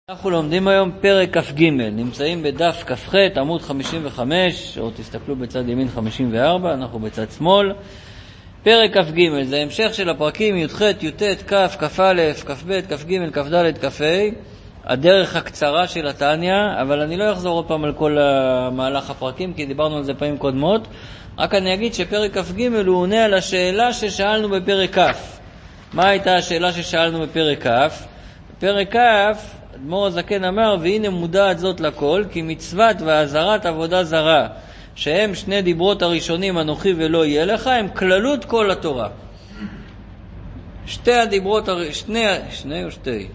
אנחנו לומדים היום פרק כ"ג, נמצאים בדף כ"ח עמוד 55, או תסתכלו בצד ימין 54, אנחנו בצד שמאל. פרק כ"ג זה המשך של הפרקים י"ח, י"ט, כ', כ"א, כ"ב, כ"ג, כ"ד, כ"ה, הדרך הקצרה של התניא, אבל אני לא אחזור עוד פעם על כל המהלך הפרקים, כי דיברנו על זה פעמים קודמות. רק אני אגיד שפרק כ"ג הוא עונה על השאלה ששאלנו בפרק כ'. מה הייתה השאלה ששאלנו בפרק כ'? בפרק כ' אדמו"ר הזקן אמר, והנה מודעת זאת לכל, כי מצוות והזרת עבודה זרה, שהם שני דיברות הראשונים, אנוכי ולא יהיה לך, הם כללות כל התורה. שתי הדיברות, שני או שתי?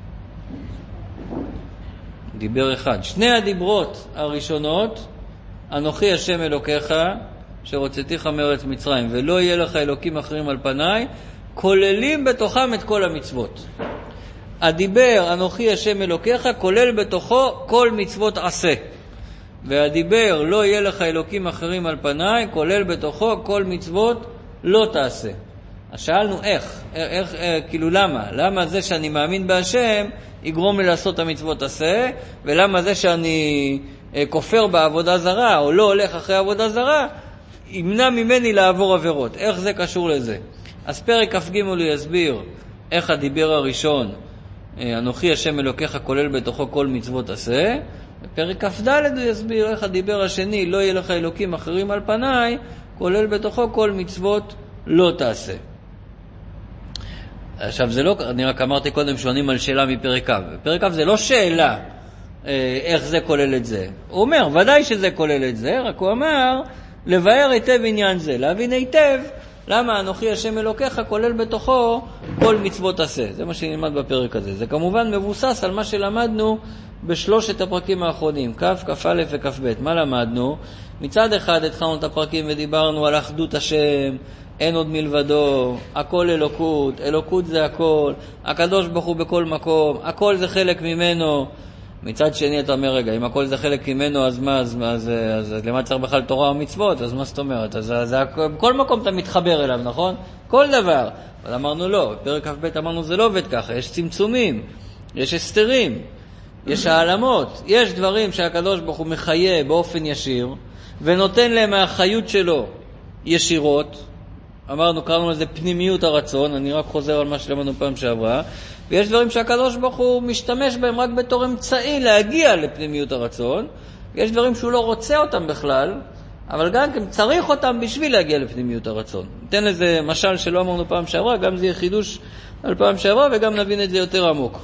דיבר אחד. שני הדיברות הראשונות, אנוכי השם אלוקיך, שרוצתיך מארץ מצרים, ולא יהיה לך אלוקים אחרים על פניי, כוללים בתוכם את כל המצוות. הדיבר אנוכי השם אלוקיך כולל בתוכו כל מצוות עשה, והדיבר לא יהיה לך אלוקים אחרים על פניי כולל בתוכו כל מצוות לא תעשה. אז שאלנו איך כאילו למה זה שאני מאמין בהשם יגרום לי לעשות את המצוות עשה, ולמה זה שאני כופר בעבודה זרה או לא הולך אחרי עבודה זרה ימנע ממני לעבור עבירות. איך זה קשור לזה? אז פרק כ"ג הוא יסביר איך הדיבר הראשון אנוכי השם אלוקיך כולל בתוכו כל מצוות עשה, בפרק כ"ד הוא יסביר איך הדיבר השני לא יהיה לך אלוקים אחרים על פניי כולל בתוכו כל מצוות לא תעשה. עכשיו זה לא, אני רק אמרתי קודם שעונים על שאלה מפרק כ'. פרק כ' זה לא שאלה איך זה כולל את זה, הוא אומר ודאי שזה כולל את זה, רק הוא אמר לבאר היטב עניין זה, להבין היטב למה אנוכי השם אלוקיך כולל בתוכו כל מצוות עשה. זה מה שנלמד בפרק הזה. זה כמובן מבוסס על מה שלמדנו בשלושת הפרקים האחרונים, כ', כ"א וכ"ב. מה למדנו? מצד אחד התחלנו את הפרקים ודיברנו על אחדות השם, אין עוד מלבדו, הכל אלוקות, אלוקות זה הכל, הקדוש ברוך הוא בכל מקום, הכל זה חלק ממנו. מצד שני אתה אומר, רגע, אם הכל זה חלק ממנו, אז מה? אז למה צריך בכלל תורה או מצוות? אז מה זאת אומרת? אז בכל מקום אתה מתחבר אליו, נכון? כל דבר. אבל אמרנו לא, בפרק כ"ב אמרנו זה לא עובד ככה, יש צמצומים, יש הסתרים, יש העלמות, יש דברים שהקדוש ברוך הוא מחיה באופן ישיר, ונותן להם מהחיות שלו ישירות. אמרנו, קראנו לזה פנימיות הרצון, אני רק חוזר על מה שלמדנו פעם שעברה, ויש דברים שהקדוש ברוך הוא משתמש בהם רק בתור אמצעי להגיע לפנימיות הרצון, ויש דברים שהוא לא רוצה אותם בכלל, אבל גם כן צריך אותם בשביל להגיע לפנימיות הרצון. ניתן לזה משל שלא אמרנו פעם שעברה, גם זה יהיה חידוש על פעם שעברה, וגם נבין את זה יותר עמוק.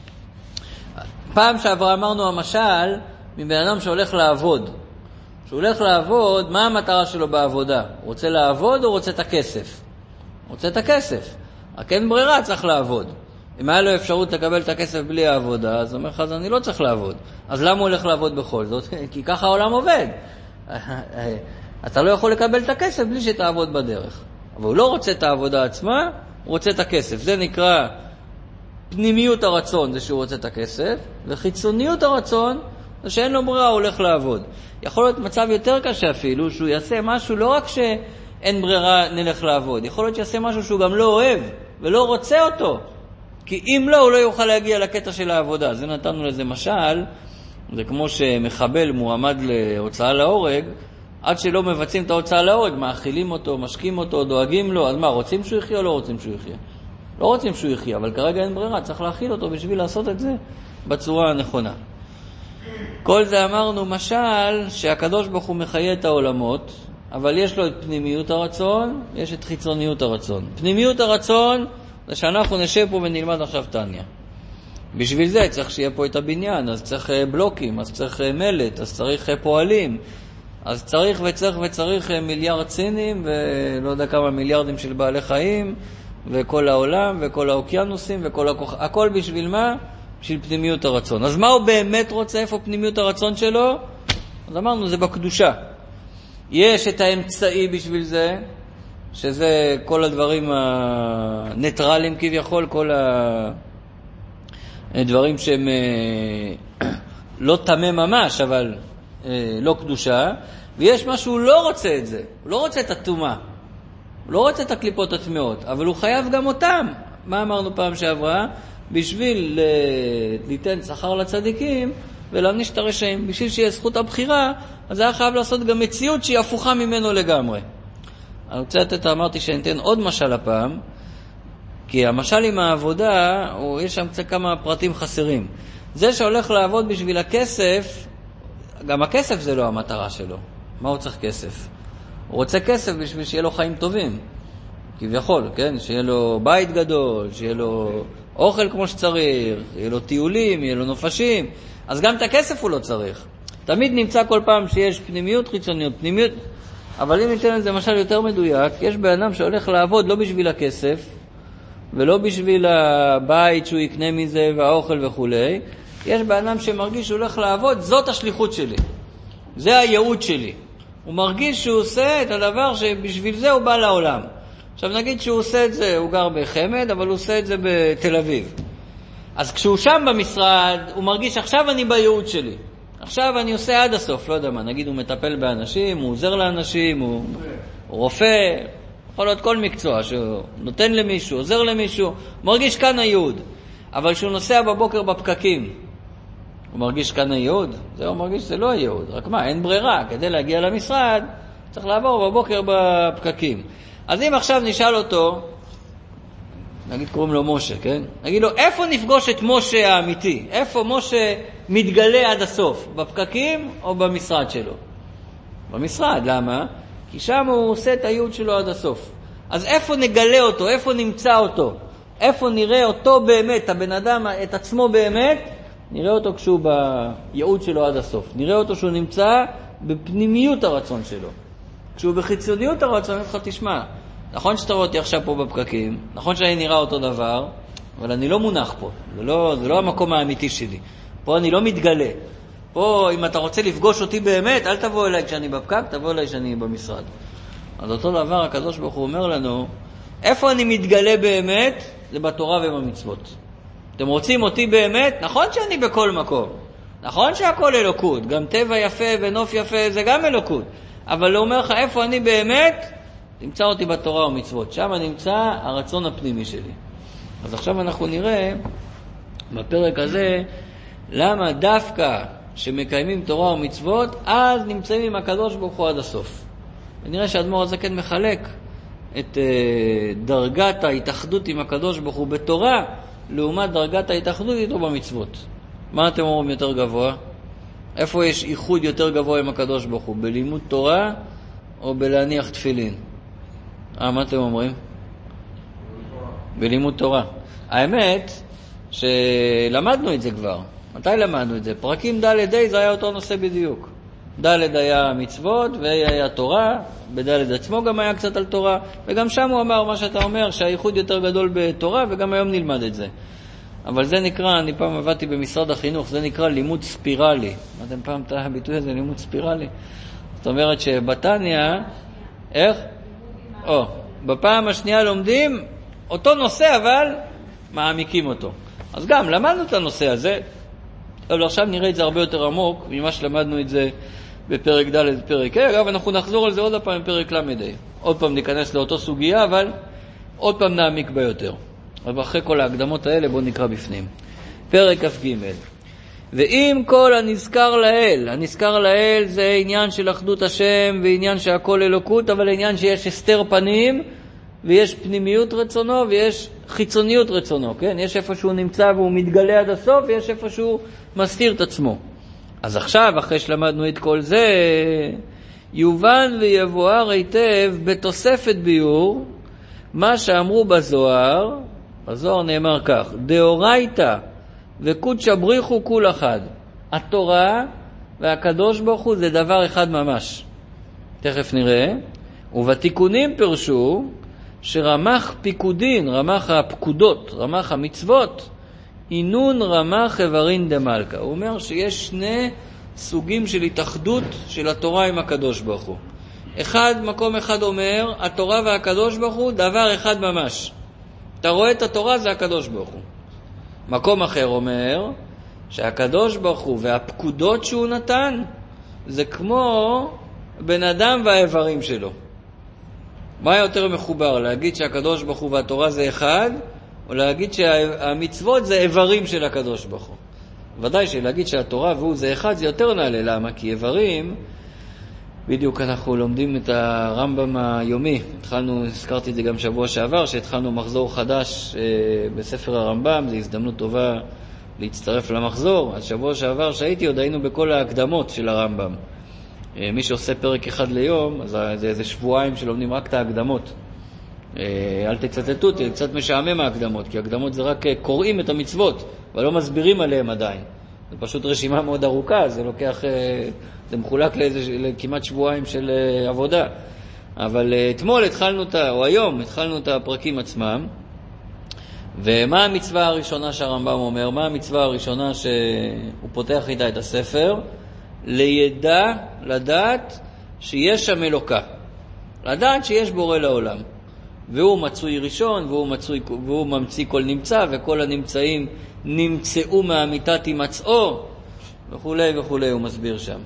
פעם שעברה אמרנו המשל מבן אדם שהולך לעבוד. כשהוא הולך לעבוד, מה המטרה שלו בעבודה? הוא רוצה לעבוד או רוצה את הכסף? הוא רוצה את הכסף. רק אין ברירה, צריך לעבוד. אם היה לו אפשרות לקבל את הכסף בלי העבודה, אז הוא אומר לך, אז אני לא צריך לעבוד. אז למה הוא הולך לעבוד בכל זאת? כי ככה העולם עובד. אתה לא יכול לקבל את הכסף בלי שתעבוד בדרך. אבל הוא לא רוצה את העבודה עצמה, הוא רוצה את הכסף. זה נקרא פנימיות הרצון, זה שהוא רוצה את הכסף, וחיצוניות הרצון, זה שאין לו ברירה, הוא הולך לעבוד. יכול להיות מצב יותר קשה אפילו, שהוא יעשה משהו, לא רק שאין ברירה נלך לעבוד, יכול להיות שיעשה משהו שהוא גם לא אוהב, ולא רוצה אותו. כי אם לא, הוא לא יוכל להגיע לקטע של העבודה. זה נתנו לזה משל, זה כמו שמחבל מועמד להוצאה להורג, עד שלא מבצעים את ההוצאה להורג, מאכילים אותו, משקים אותו, דואגים לו, אז מה, רוצים שהוא יחיה או לא רוצים שהוא יחיה? לא רוצים שהוא יחיה, אבל כרגע אין ברירה, צריך להאכיל אותו בשביל לעשות את זה בצורה הנכונה. כל זה אמרנו משל שהקדוש ברוך הוא מחיה את העולמות, אבל יש לו את פנימיות הרצון, יש את חיצוניות הרצון. פנימיות הרצון זה שאנחנו נשב פה ונלמד עכשיו תניא. בשביל זה צריך שיהיה פה את הבניין, אז צריך בלוקים, אז צריך מלט, אז צריך פועלים, אז צריך מיליארד סינים ולא יודע כמה מיליארדים של בעלי חיים וכל העולם וכל האוקיינוסים וכל הכל בשביל מה? בשביל פנימיות הרצון. אז מה הוא באמת רוצה? איפה פנימיות הרצון שלו? אז אמרנו, זה בקדושה. יש את האמצעי בשביל זה, שזה כל הדברים הניטרליים כביכול, כל הדברים שהם לא תמה ממש, אבל לא קדושה. ויש מה שהוא לא רוצה את זה. הוא לא רוצה את התומה. הוא לא רוצה את הקליפות הטמאות, אבל הוא חייב גם אותם. מה אמרנו פעם שעברה? בשביל ליתן שכר לצדיקים ולהעניש את הרשעים. בשביל שיהיה זכות הבחירה, אז היה חייב לעשות גם מציאות שהיא הפוכה ממנו לגמרי. אני רוצה לתת, אמרתי שניתן עוד משל הפעם, כי המשל עם העבודה, יש שם קצת כמה פרטים חסרים. זה שהולך לעבוד בשביל הכסף, גם הכסף זה לא המטרה שלו. מה הוא צריך כסף? הוא רוצה כסף בשביל שיהיה לו חיים טובים. כביכול, כן? שיהיה לו בית גדול, שיהיה לו אוכל כמו שצריך, יהיה לו טיולים, יהיה לו נופשים. אז גם את הכסף הוא לא צריך. תמיד נמצא כל פעם שיש פנימיות חיצוניות, פנימיות. אבל אם ניתן לזה משל יותר מדויק, יש באדם שהולך לעבוד לא בשביל הכסף, ולא בשביל הבית שהוא יקנה מזה והאוכל וכו'. יש באדם שמרגיש שהוא הולך לעבוד, זאת השליחות שלי. זה הייעוד שלי. הוא מרגיש שהוא עושה את הדבר שבשביל זה הוא בא לעולם. עכשיו נגיד שהוא עושה את זה, הוא גר בחמד, אבל הוא עושה את זה בתל אביב. אז כשהוא שם במשרד, הוא מרגיש עכשיו אני בייעוד שלי. עכשיו אני עושה עד הסוף, לא יודע מה, נגיד הוא מטפל באנשים, הוא עוזר לאנשים, הוא רופא, יכול להיות כל מקצוע, שהוא נותן למישהו, עוזר למישהו, הוא מרגיש כאן הייעוד. אבל כשהוא נוסע בבוקר בפקקים, הוא מרגיש כאן הייעוד? הוא מרגיש שזה לא הייעוד, רק מה, אין ברירה, כדי להגיע למשרד, צריך לעבור בבוקר בפקקים. אז אם עכשיו נשאל אותו, נגיד קוראים לו משה, כן? נגיד לו, איפה נפגוש את משה האמיתי? איפה משה מתגלה עד הסוף? בפקקים או במשרד שלו? במשרד, למה? כי שם הוא עושה את הייעוד שלו עד הסוף. אז איפה נגלה אותו? איפה נמצא אותו? איפה נראה אותו באמת, הבן אדם, את עצמו באמת? נראה אותו כשהוא בייעוד שלו עד הסוף. נראה אותו שהוא נמצא בפנימיות הרצון שלו. כשהוא בחיצוניות הרצון, לך תשמע, נכון שאתה רואה אותי עכשיו פה בפקקים, נכון שאני נראה אותו דבר, אבל אני לא מונח פה. זה לא המקום האמיתי שלי. פה אני לא מתגלה. פה, אם אתה רוצה לפגוש אותי באמת, אל תבוא אליי כשאני בפקק, תבוא אליי כשאני במשרד. אז אותו דבר, הקדוש ברוך הוא אומר לנו, איפה אני מתגלה באמת? זה בתורה ובמצוות. אתם רוצים אותי באמת? נכון שאני בכל מקום. נכון שהכל אלוקות. גם טבע יפה ונוף יפה זה גם אלוקות. אבל הוא אומר לך, איפה אני באמת? תמצא אותי בתורה ומצוות. שם נמצא הרצון הפנימי שלי. אז עכשיו אנחנו נראה בפרק הזה למה דווקא שמקיימים תורה ומצוות, אז נמצאים עם הקדוש ברוך הוא עד הסוף. ונראה שהאדמו"ר הזה כן מחלק את דרגת ההתאחדות עם הקדוש ברוך הוא בתורה, לעומת דרגת ההתאחדות איתו במצוות. מה אתם אומרים יותר גבוה? איפה יש איחוד יותר גבוה עם הקדוש ברוך הוא? בלימוד תורה או בלהניח תפילין? מה אתם אומרים? בלימוד תורה. האמת שלמדנו את זה כבר. מתי למדנו את זה? פרקים ד' ה' זה היה אותו נושא בדיוק. ד' היה מצוות וה' היה תורה, בד' עצמו גם היה קצת על תורה, וגם שם הוא אמר מה שאתה אומר, שהייחוד יותר גדול בתורה, וגם היום נלמד את זה. אבל זה נקרא, אני פעם עבדתי במשרד החינוך, זה נקרא לימוד ספירלי. אתם פעם את הביטוי הזה, לימוד ספירלי? זאת אומרת שבתניה, איך? בפעם השנייה לומדים אותו נושא, אבל מעמיקים אותו. אז גם למדנו את הנושא הזה, אבל עכשיו נראה את זה הרבה יותר עמוק ממה שלמדנו את זה בפרק ד' ופרק ה'. אגב, אנחנו נחזור על זה עוד פעם בפרק ל'. עוד פעם ניכנס לאותו סוגיה, אבל עוד פעם נעמיק ביותר. אבל אחרי כל ההקדמות האלה בואו נקרא בפנים. פרק כ"ג. ואם כל הנזכר לאל, הנזכר לאל זה עניין של אחדות השם ועניין שהכל אלוקות, אבל עניין שיש הסתר פנים ויש פנימיות רצונו ויש חיצוניות רצונו, כן? יש איפה שהוא נמצא והוא מתגלה עד הסוף, ויש איפה שהוא מסתיר את עצמו. אז עכשיו, אחרי שלמדנו את כל זה, יובן ויבואר היטב בתוספת ביור, מה שאמרו בזוהר, בזוהר נאמר כך, דאורייתא וקודשא בריחו כול אחד. התורה והקדוש ברוך הוא זה דבר אחד ממש. תכף נראה. ובתיקונים פרשו שרמח פיקודין, רמח הפקודות, רמח המצוות, אינון רמח איברין דמלכה. הוא אומר שיש שני סוגים של התאחדות של התורה עם הקדוש ברוך הוא. אחד, מקום אחד אומר, התורה והקדוש ברוך הוא דבר אחד ממש. אתה רואה את התורה, זה הקדוש ברוך הוא. מקום אחר אומר, שהקדוש ברוך הוא והפקודות שהוא נתן, זה כמו בן אדם והאיברים שלו. מה יותר מחובר? להגיד שהקדוש ברוך הוא והתורה זה אחד, או להגיד שהמצוות זה איברים של הקדוש ברוך הוא. ודאי שלהגיד שהתורה והוא זה אחד זה יותר נעלה. למה? כי איברים, בדיוק אנחנו לומדים את הרמב"ם היומי. הזכרתי את זה גם שבוע שעבר, שהתחלנו מחזור חדש בספר הרמב"ם. זו הזדמנות טובה להצטרף למחזור. אז שבוע שעבר שהייתי עוד היינו בכל ההקדמות של הרמב"ם. מי שעושה פרק אחד ליום, אז זה איזה שבועיים שלומדים רק את ההקדמות. אל תצטטו, קצת משעמם ההקדמות, כי ההקדמות זה רק קוראים את המצוות, אבל לא מסבירים עליהם עדיין. זה פשוט רשימה מאוד ארוכה, זה לוקח, זה מחולק לכמעט שבועיים של עבודה. אבל אתמול התחלנו או היום התחלנו את הפרקים עצמם. ומה המצווה הראשונה שהרמב"ם אומר? מה המצווה הראשונה שהוא פותח איתה את הספר? לדעת שיש שם אלוקה. לדעת שיש בורא לעולם. והוא מצוי ראשון, והוא ממציא כל נמצא, וכל הנמצאים נמצאו מהמיטת הימצאו, וכולי וכולי, הוא מסביר שם.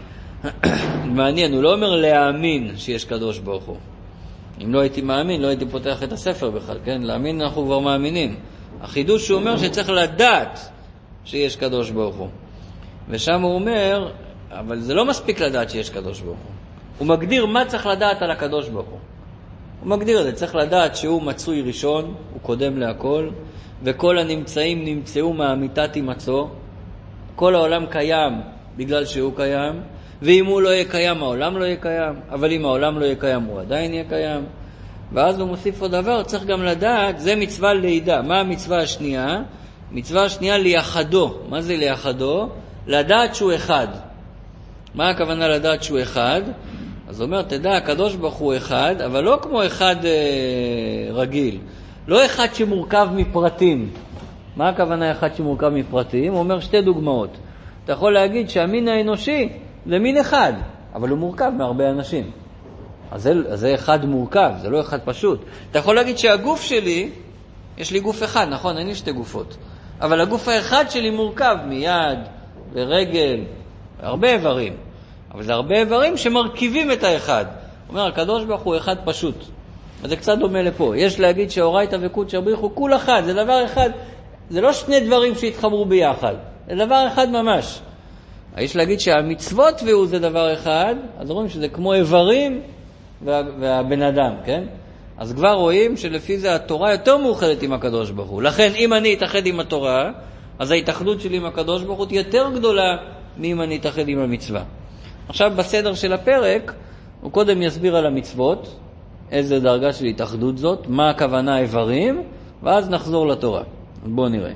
מעניין, הוא לא אומר להאמין שיש קדוש ברוך הוא. אם לא הייתי מאמין, לא הייתי פותח את הספר בכלל, כן? להאמין אנחנו כבר מאמינים. החידוש שהוא אומר שצריך לדעת שיש קדוש ברוך הוא. ושם הוא אומר, אבל זה לא מספיק לדעת שיש קדוש ברוך הוא. הוא מגדיר מה צריך לדעת על הקדוש ברוך הוא. הוא מגדיר את זה, צריך לדעת שהוא מצוי ראשון, הוא קודם להכל, וכל הנמצאים נמצאו מהמיטת הימצאו. כל העולם קיים בגלל שהוא קיים, ואם הוא לא יהיה קיים, העולם לא יהיה קיים, אבל אם העולם לא יהיה קיים, הוא עדיין יהיה קיים. ואז הוא מוסיף עוד דבר, צריך גם לדעת, זה מצווה לידע. מה המצווה השנייה? מצווה השנייה ליחדו. מה זה ליחדו? לדעת שהוא אחד. מה הכוונה לדעת שהוא אחד? אז הוא אומר, תדע, הקדוש ברוך הוא אחד, אבל לא כמו אחד רגיל. לא אחד שמורכב מפרטים. מה הכוונה אחד שמורכב מפרטים? הוא אומר שתי דוגמאות. אתה יכול להגיד שהמין האנושי זה מין אחד, אבל הוא מורכב מהרבה אנשים. אז זה אחד מורכב, זה לא אחד פשוט. אתה יכול להגיד שהגוף שלי, יש לי גוף אחד, נכון? אין לי שתי גופות. אבל הגוף האחד שלי מורכב מיד ורגל, הרבה איברים. אבל זה הרבה איברים שמרכיבים את האחד. הוא אומר, הקדוש ברוך הוא אחד פשוט. אז זה קצת דומה לפה. יש להגיד שאורייתא וקודשא בריך הוא כול אחד, זה דבר אחד. זה לא שני דברים שהתחברו ביחד. זה דבר אחד ממש. יש להגיד שהמצוות והוא זה דבר אחד, אז רואים שזה כמו איברים והבן אדם, כן? אז כבר רואים שלפי זה התורה יותר מאוחדת עם הקדוש ברוך הוא. לכן אם אני אתאחד עם התורה, אז ההתאחדות שלי עם הקדוש ברוך הוא תהיה יותר גדולה מאם אני אתאחד עם המצווה. עכשיו בסדר של הפרק, הוא קודם יסביר על המצוות, איזה דרגה של התאחדות זאת, מה הכוונה איברים, ואז נחזור לתורה. בואו נראה.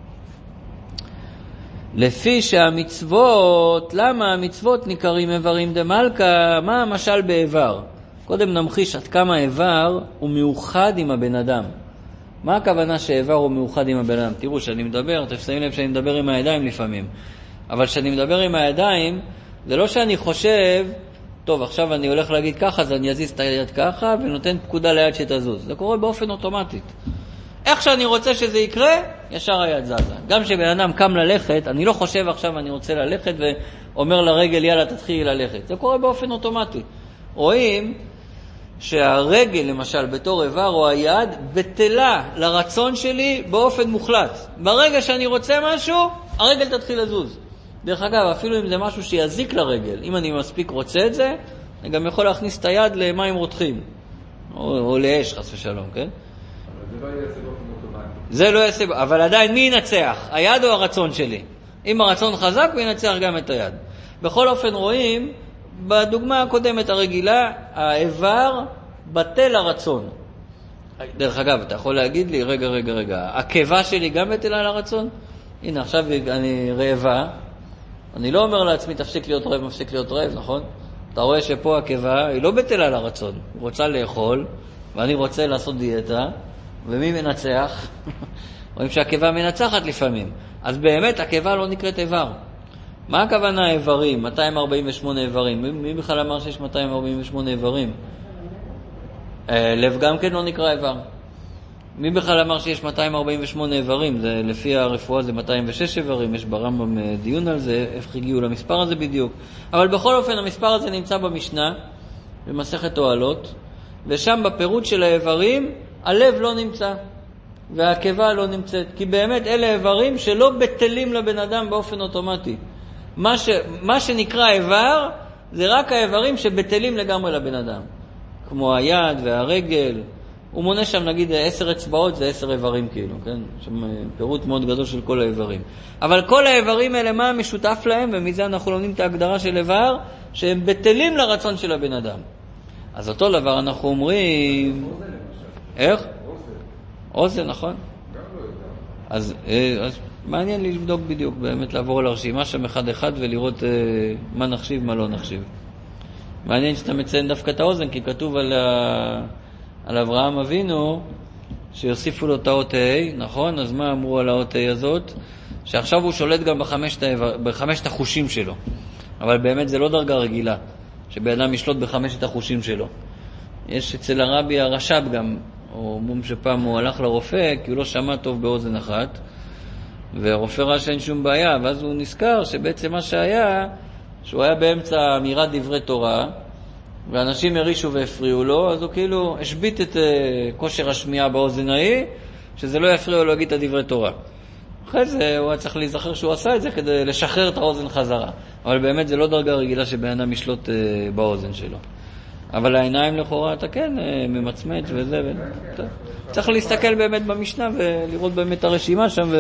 לפי שהמצוות, למה המצוות נקראים איברים דמלכה? מה המשל באיבר? קודם נמחיש עד כמה איבר הוא מאוחד עם הבן אדם. מה הכוונה שאיבר הוא מאוחד עם הבן אדם? תראו, שאני מדבר, תפסעים לב שאני מדבר עם הידיים לפעמים. אבל שאני מדבר עם הידיים, זה לא שאני חושב, טוב, עכשיו אני הולך להגיד ככה, אז אני אזיז את היד ככה, ונותן פקודה ליד שתזוז. זה קורה באופן אוטומטית. איך שאני רוצה שזה יקרה, ישר היד זזה. גם שבן אדם קם ללכת, אני לא חושב עכשיו אני רוצה ללכת, ואומר לרגל, יאללה, תתחילי ללכת. זה קורה באופן אוטומטי. רואים שהרגל, למשל, בתור איבר או היד, בטלה לרצון שלי באופן מוחלט. ברגע שאני רוצה משהו, הרגל תתחיל לזוז. דרך אגב, אפילו אם זה משהו שיזיק לרגל, אם אני מספיק רוצה את זה, אני גם יכול להכניס את היד למים רותחים, או לאש, חס ושלום, כן? אבל זה לא יעשה באופן אוטומטי. זה לא יעשה, אבל עדיין מי ינצח? היד או הרצון שלי? אם הרצון חזק, הוא ינצח גם את היד. בכל אופן רואים, בדוגמה הקודמת הרגילה, האיבר בטל הרצון. דרך אגב, אתה יכול להגיד לי, רגע, הקיבה שלי גם בטלה לרצון? הנה, עכשיו אני רעבה, אני לא אומר לעצמי, תפסיק להיות רעב, נכון? אתה רואה שפה הקיבה היא לא בטלה לרצון, היא רוצה לאכול, ואני רוצה לעשות דיאטה, ומי מנצח? רואים שהקיבה מנצחת לפעמים. אז באמת הקיבה לא נקראת איבר. מה הכוונה איברים? 248 איברים. מי בכלל אמר שיש 248 איברים? לב גם כן לא נקרא איבר. מי בכלל אמר שיש 248 איברים? זה, לפי הרפואה זה 206 איברים, יש ברמב"ם דיון על זה, איך הגיעו למספר הזה בדיוק. אבל בכל אופן המספר הזה נמצא במשנה, במסכת אוהלות, ושם בפירוט של האיברים, הלב לא נמצא. והעקבה לא נמצאת. כי באמת אלה איברים שלא בטלים לבן אדם באופן אוטומטי. מה שנקרא איבר זה רק האיברים שבטלים לגמרי לבן אדם. כמו היד והרגל. הוא מונה שם נגיד 10 אצבעות, זה 10 איברים כאילו, כן? שם פירוט מאוד גדול של כל האיברים. אבל כל האיברים האלה מה משותף להם, ומזה אנחנו לומדים את ההגדרה של איבר, שהם בטלים לרצון של הבן אדם. אז אותו דבר אנחנו אומרים... אוזן למשל. איך? אוזן. אוזן, נכון. גם לא יודע. אז מעניין לי לבדוק בדיוק, באמת לעבור על הרשימה שם אחד ולראות מה נחשיב, מה לא נחשיב. מעניין שאתה מציין דווקא את האוזן, כי כתוב על אברהם אבינו שיוסיפו לו את האות ה', נכון? אז מה אמרו על האות ה' הזאת? שעכשיו הוא שולט גם בחמשת החושים שלו. אבל באמת זה לא דרגה רגילה, שבאדם ישלוט בחמשת החושים שלו. יש אצל הרבי הרש"ב גם, אומרים שפעם הוא הלך לרופא כי הוא לא שמע טוב באוזן אחת, והרופא ראה שאין שום בעיה, ואז הוא נזכר שבעצם מה שהיה, שהוא היה באמצע אמירת דברי תורה, ואנשים הרישו והפריעו לו, אז הוא כאילו השביט את כושר השמיעה באוזן ההיא, שזה לא יפריע לו להגיד את דברי תורה. אחרי זה הוא היה צריך להיזכר שהוא עשה את זה כדי לשחרר את האוזן חזרה. אבל באמת זה לא דרגה רגילה שבן אדם ישלוט באוזן שלו. אבל העיניים לכאורה אתה כן ממצמץ וזה. צריך להסתכל באמת במשנה ולראות באמת הרשימה שם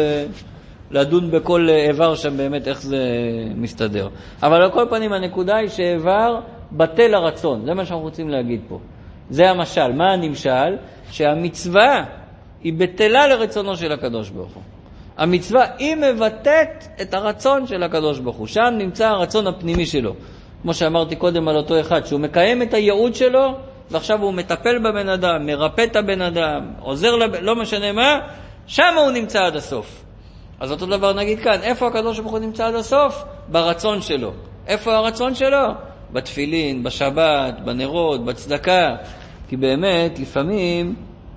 ולדון בכל איבר שם באמת איך זה מסתדר. אבל על כל פנים הנקודה היא שאיבר בטל הרצון. זה מה שאנחנו רוצים להגיד פה. זה המשל. מה הנמשל? שהמצווה היא בטלה לרצונו של הקדוש ברוך הוא. המצווה היא מבטאת את הרצון של הקדוש ברוך הוא. שם נמצא הרצון הפנימי שלו. כמו שאמרתי קודם על אותו אחד, שהוא מקיים את הייעוד שלו, ועכשיו הוא מטפל בבן אדם, מרפא את הבן אדם, עוזר לא משנה מה, שם הוא נמצא עד הסוף. אז אותו דבר נגיד כאן, איפה הקדוש ברוך הוא נמצא עד הסוף? ברצון שלו. איפה הרצון שלו? בתפילין, בשבת, בנרות, בצדקה. כי באמת, לפעמים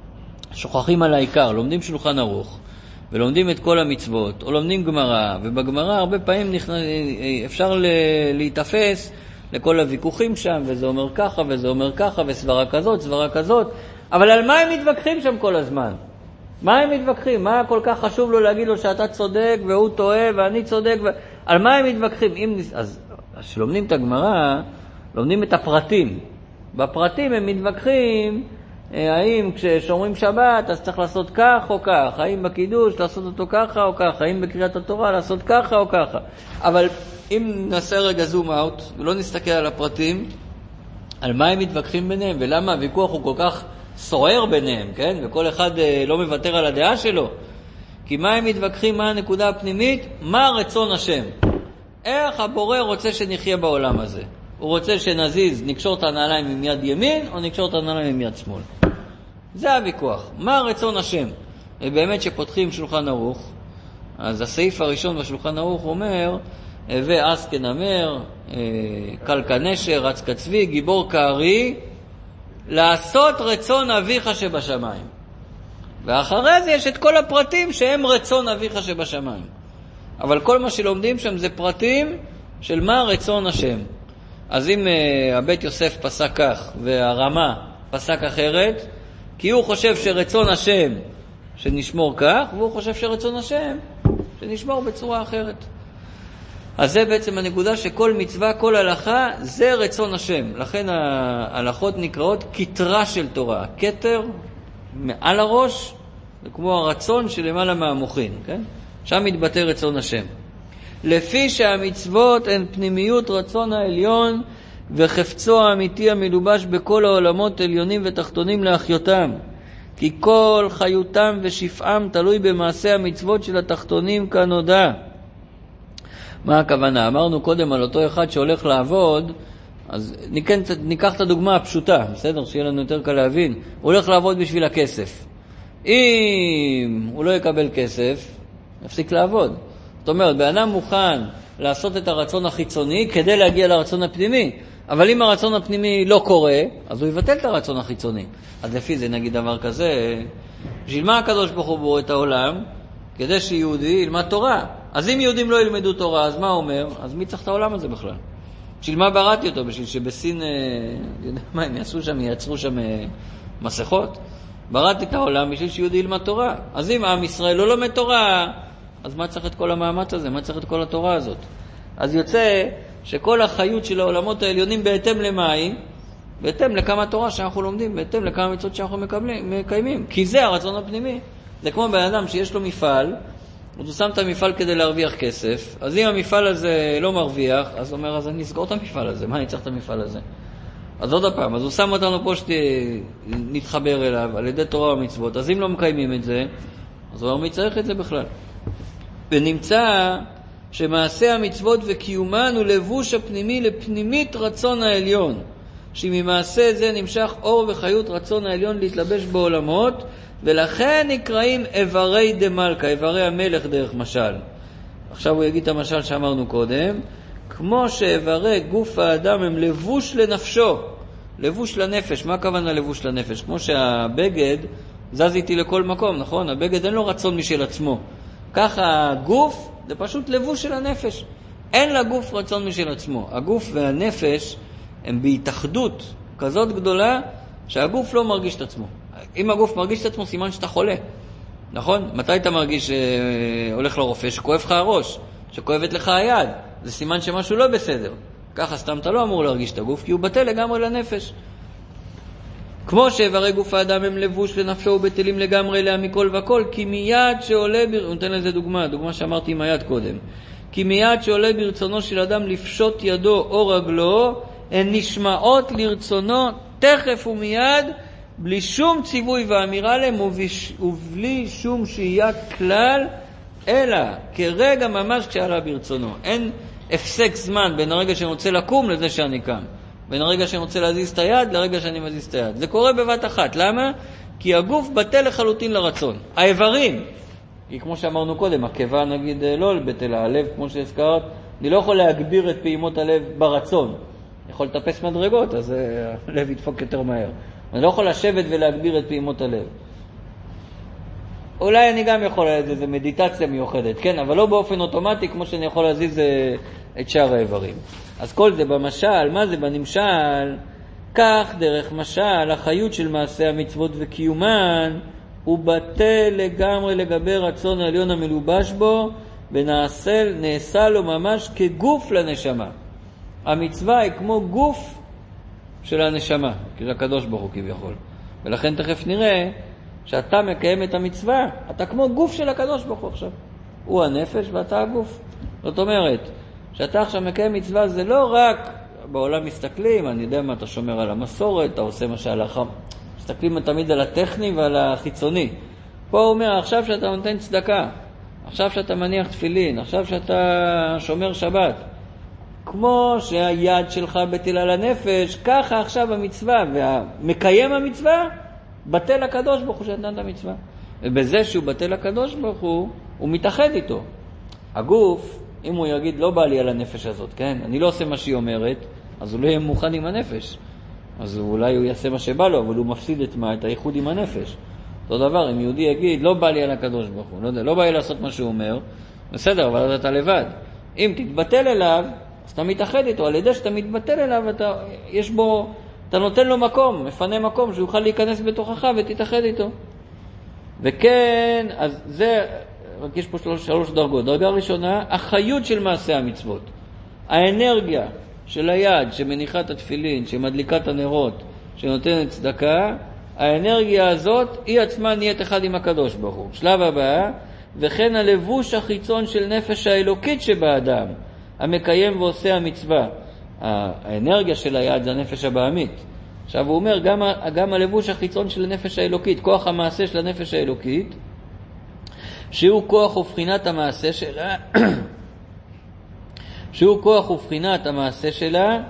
שוכחים על העיקר, לומדים שולחן ערוך, ולומדים את כל המצוות, או לומדים גמרא, ובגמרא הרבה פעמים אפשר להתאפס לכל הוויכוחים שם, וזה אומר ככה, וזה אומר ככה, וסברה כזאת, סברה כזאת, אבל על מה הם מתווכחים שם כל הזמן? מה הם מתווכחים? מה כל כך חשוב לו להגיד לו שאתה צודק, והוא טועה, ואני צודק, על מה הם מתווכחים? אז כשלומדים את הגמרא, לומדים את הפרטים. בפרטים הם מתווכחים, האם כששומרים שבת אז צריך לעשות כך או כך, האם בקידוש לעשות אותו ככה או ככה, האם בקריאת התורה לעשות ככה או ככה. אבל אם נעשה רגע זום אאוט ולא נסתכל על הפרטים, על מה הם מתווכחים ביניהם ולמה הוויכוח הוא כל כך סוער ביניהם, כן? וכל אחד לא מוותר על הדעה שלו. כי מה הם מתווכחים, מה הנקודה הפנימית? מה רצון השם? איך הבורא רוצה שנחיה בעולם הזה? הוא רוצה שנזיז, נקשור את הנעליים עם יד ימין, או נקשור את הנעליים עם יד שמאל. זה הוויכוח. מה רצון השם? באמת שפותחים שולחן ערוך, אז הסעיף הראשון בשולחן ערוך אומר, ואס כנמר, קל כנשר, רץ כצבי, גיבור כארי, לעשות רצון אביך שבשמיים. ואחרי זה יש את כל הפרטים שהם רצון אביך שבשמיים. אבל כל מה שלומדים שם זה פרטים של מה רצון השם. אז אם הבית יוסף פסק כך והרמה פסק אחרת, כי הוא חושב שרצון השם שנשמור כך, והוא חושב שרצון השם שנשמור בצורה אחרת. אז זה בעצם הנקודה שכל מצווה, כל הלכה, זה רצון השם. לכן ההלכות נקראות כתרה של תורה. כתר מעל הראש, זה כמו הרצון שלמעלה מהמוחין, כן? שם מתבטא רצון השם. לפי שהמצוות הן פנימיות רצון העליון וחפצו האמיתי המלובש בכל העולמות עליונים ותחתונים להחיותם. כי כל חיותם ושפעם תלוי במעשה המצוות של התחתונים כנודע. מה הכוונה? אמרנו קודם על אותו אחד שהולך לעבוד, אז ניקח את הדוגמה הפשוטה, בסדר? שיהיה לנו יותר קל להבין. הוא הולך לעבוד בשביל הכסף. אם הוא לא יקבל כסף, יפסיק לעבוד. זאת אומרת, באדם מוכן לעשות את הרצון החיצוני כדי להגיע לרצון הפנימי. אבל אם הרצון הפנימי לא קורה, אז הוא יבטל את הרצון החיצוני. אז לפי זה נגיד דבר כזה, בשביל מה הקדוש ברוך הוא בורא את העולם? כדי שיהודי ילמד תורה. אז אם יהודים לא ילמדו תורה, אז מה אומר? אז מי צריך את העולם הזה בכלל? בשביל מה בראתי אותו? בשביל שבסין, יודע מה, הם יעשו שם, ייצרו שם מסכות? בראתי את העולם בשביל שיהודי ילמד תורה. אז אם עם ישראל לא לומד תורה, אז מה צריך את כל המאמץ הזה? מה צריך את כל התורה הזאת? אז יוצא שכל החיות של העולמות העליונים בהתאם למאי, בהתאם לכמה תורה שאנחנו לומדים, בהתאם לכמה מצוות שאנחנו מקיימים. כי זה הרצון הפנימי. זה כמו בן אדם שיש לו מפעל, הוא שם את המפעל כדי להרוויח כסף, אז אם המפעל הזה לא מרוויח, אז הוא אומר, אז אני אסגור את המפעל הזה, מה אני צריך את המפעל הזה? אז עוד הפעם, אז הוא שם אותנו פה שנתחבר אליו, על ידי תורה ומצוות, אז אם לא מקיימים את זה, אז הוא אומר, מי צריך את זה בכלל? ונמצא שמעשה המצוות וקיומן הוא לבוש הפנימי לפנימית רצון העליון, שממעשה זה נמשך אור וחיות רצון העליון להתלבש בעולמות, ולכן נקראים איברי דמלכה, איברי המלך דרך משל. עכשיו הוא יגיד את המשל שאמרנו קודם, כמו שאיברי גוף האדם הם לבוש לנפשו, לבוש לנפש. מה הכוונה לבוש לנפש? כמו שהבגד זז איתי לכל מקום, נכון? הבגד אין לו רצון משל עצמו. ככה הגוף זה פשוט לבוש של הנפש. אין לגוף רצון משל עצמו. הגוף והנפש הם בהתאחדות כזאת גדולה שהגוף לא מרגיש את עצמו. אם הגוף מרגיש את עצמו, סימן שאתה חולה. נכון? מתי אתה מרגיש שהולך לרופא? שכואב לך הראש, שכואבת לך היד. זה סימן שמשהו לא בסדר. ככה סתם אתה לא אמור להרגיש את הגוף, כי הוא בטל לגמרי לנפש. כמו שאיברי גוף האדם הם לבוש לנפשו ובטלים לגמרי אליה מכל וכל, כי מיד שעולה, נותן לזה דוגמה שאמרתי עם היד קודם. כי מיד שעולה ברצונו של אדם לפשוט ידו או רגלו, הן נשמעות לרצונו תכף ומיד, בלי שום ציווי ואמירה להם ובלי שום שהיית כלל, אלא כרגע ממש כשעלה ברצונו. אין הפסק זמן בין הרגע שאני רוצה לקום לזה שאני קם. בין הרגע שאני רוצה להזיז את היד לרגע שאני מזיז את היד. זה קורה בבת אחת. למה? כי הגוף בטל לחלוטין לרצון. האיברים, כי כמו שאמרנו קודם, הקיבה נגיד לא בטל, הלב כמו שהזכרת, אני לא יכול להגביר את פעימות הלב ברצון. אני יכול לטפס מדרגות, אז הלב ידפוק יותר מהר. אני לא יכול לשבת ולהגביר את פעימות הלב. אולי אני גם יכול להזיז, זה מדיטציה מיוחדת, כן? אבל לא באופן אוטומטי כמו שאני יכול להזיז את שאר האיברים. אז כל זה במשל, מה זה בנמשל? כך דרך משל, החיות של מעשה המצוות וקיומן, הוא בטל לגמרי לגבי רצון העליון המלובש בו, ונעשה לו ממש כגוף לנשמה. המצווה היא כמו גוף של הנשמה, כי זה הקדוש ברוך הוא כביכול. ולכן תכף נראה שאתה מקיים את המצווה, אתה כמו גוף של הקדוש ברוך הוא עכשיו. הוא הנפש ואתה הגוף. זאת אומרת, שאתה עכשיו מקיים מצווה זה לא רק בעולם מסתכלים, אני יודע מה, אתה שומר על המסורת, אתה עושה מה שהלכה. מסתכלים תמיד על הטכני ועל החיצוני. פה הוא אומר, עכשיו שאתה נותן צדקה, עכשיו שאתה מניח תפילין, עכשיו שאתה שומר שבת, כמו שהיד שלך בטלה לנפש, ככה עכשיו המצווה, והמקיים המצווה, בטל הקדוש ברוך הוא שנתן את המצווה. ובזה שהוא בטל הקדוש ברוך הוא מתאחד איתו. הגוף, אם הוא יגיד, לא בא לי על הנפש הזאת, כן? אני לא עושה מה שהיא אומרת, אז הוא לא יהיה מוכן עם הנפש. אז אולי הוא יעשה מה שבא לו, אבל הוא מפסיד את הייחוד עם הנפש. אותו דבר, אם יהודי יגיד, לא בא לי על הקדוש ברוך הוא, לא בא לי לעשות מה שהוא אומר, בסדר, אבל אתה לבד. אם תתבטל אליו, אז אתה מתאחד איתו. על ידי שאתה מתבטל אליו, אתה נותן לו מקום, מפנה מקום, שיוכל להיכנס בתוכך ותתאחד איתו. וכן, אז זה, רק יש פה שלוש דרגות. דרגה ראשונה, החיות של מעשה המצוות. האנרגיה של היד שמניחה את התפילין, שמדליקה את הנרות, שנותנת צדקה, האנרגיה הזאת היא עצמה נהיית אחד עם הקדוש ברוך הוא. שלב הבא, וכן הלבוש החיצון של נפש האלוקית שבאדם, המקיים ועושה המצווה. האנרגיה של היד זה הנפש הבאמית. עכשיו הוא אומר, גם הלבוש החיצון של הנפש האלוקית, כוח המעשה של הנפש האלוקית, שהוא כוח ובחינת המעשה שלה, שהוא כוח ובחינת המעשה שלה,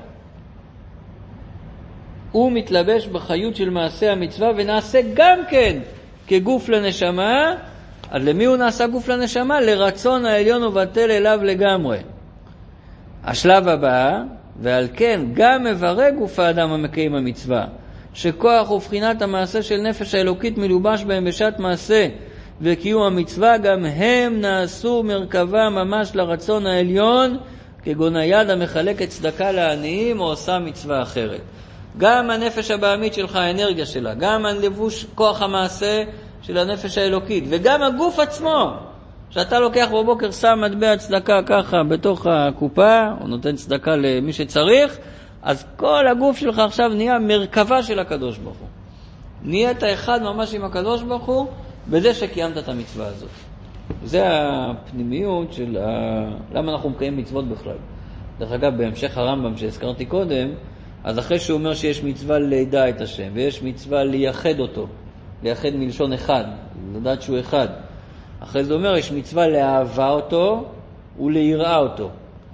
הוא מתלבש בחיות של מעשה המצווה, ונעשה גם כן כגוף לנשמה. אז למי הוא נעשה גוף לנשמה? לרצון העליון ובטל אליו לגמרי. השלב הבא, ועל כן גם מברך גוף האדם המקיים המצווה, שכוח ובחינת המעשה של נפש האלוקית מלובש בהם בשעת מעשה וקיום המצווה, גם הם נעשו מרכבה ממש לרצון העליון, כגון היד המחלקת צדקה לעניים או עושה מצווה אחרת. גם הנפש הבעמית שלך, האנרגיה שלה, גם הלבוש כוח המעשה של הנפש האלוקית, וגם הגוף עצמו, שאתה לוקח בבוקר, שם מטבע צדקה ככה בתוך הקופה, או נותן צדקה למי שצריך, אז כל הגוף שלך עכשיו נהיה מרכבה של הקדוש ברוך הוא. נהיית אחד ממש עם הקדוש ברוך הוא, בזה שקיימת את המצווה הזאת. זה הפנימיות של למה אנחנו מקיים מצוות בכלל. דרך אגב, בהמשך הרמב"ם שהזכרתי קודם, אז אחרי שהוא אומר שיש מצווה לידע את השם, ויש מצווה לייחד אותו, לייחד מלשון אחד, לדעת שהוא אחד. אחרי זה אומר, יש מצווה לאהבה אותו וליראה אותו.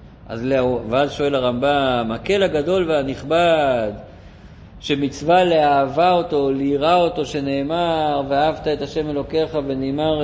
ואז שואל הרמב"ם, הקל הגדול והנכבד, שמצווה לאהבה אותו, ליראה אותו, שנאמר, ואהבת את השם אלוקיך, ונאמר,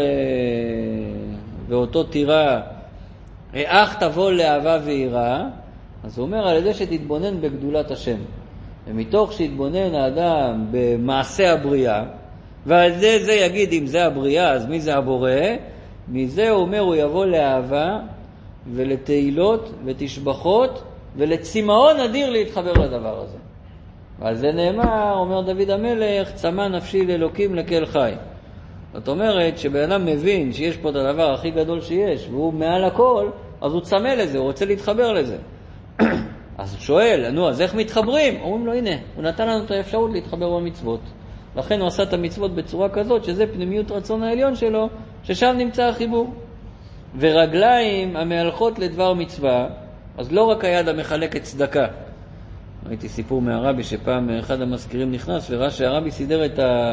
ואותו תירא, איך תבוא לאהבה ויראה, אז הוא אומר, על ידי שתתבונן בגדולת השם. ומתוך שהתבונן האדם במעשה הבריאה, ועל זה יגיד, אם זה הבריאה, אז מי זה הבורא? מזה הוא אומר, הוא יבוא לאהבה, ולתהילות, ותשבחות, ולצמאון אדיר להתחבר לדבר הזה. ועל זה נאמר, אומר דוד המלך, צמא נפשי לאלוקים לכל חי. זאת אומרת, שבן אדם מבין שיש פה את הדבר הכי גדול שיש, והוא מעל הכל, אז הוא צמא לזה, הוא רוצה להתחבר לזה. אז הוא שואל, נו, אז איך מתחברים? אומרים לו, הנה, הוא נתן לנו את האפשרות להתחבר במצוות. לכן הוא עשה את המצוות בצורה כזאת, שזה פנימיות רצון העליון שלו, ששם נמצא החיבור. ורגליים המהלכות לדבר מצווה, אז לא רק היד המחלקת צדקה. ראיתי סיפור מהרבי שפעם אחד המזכירים נכנס וראה שהרבי סידר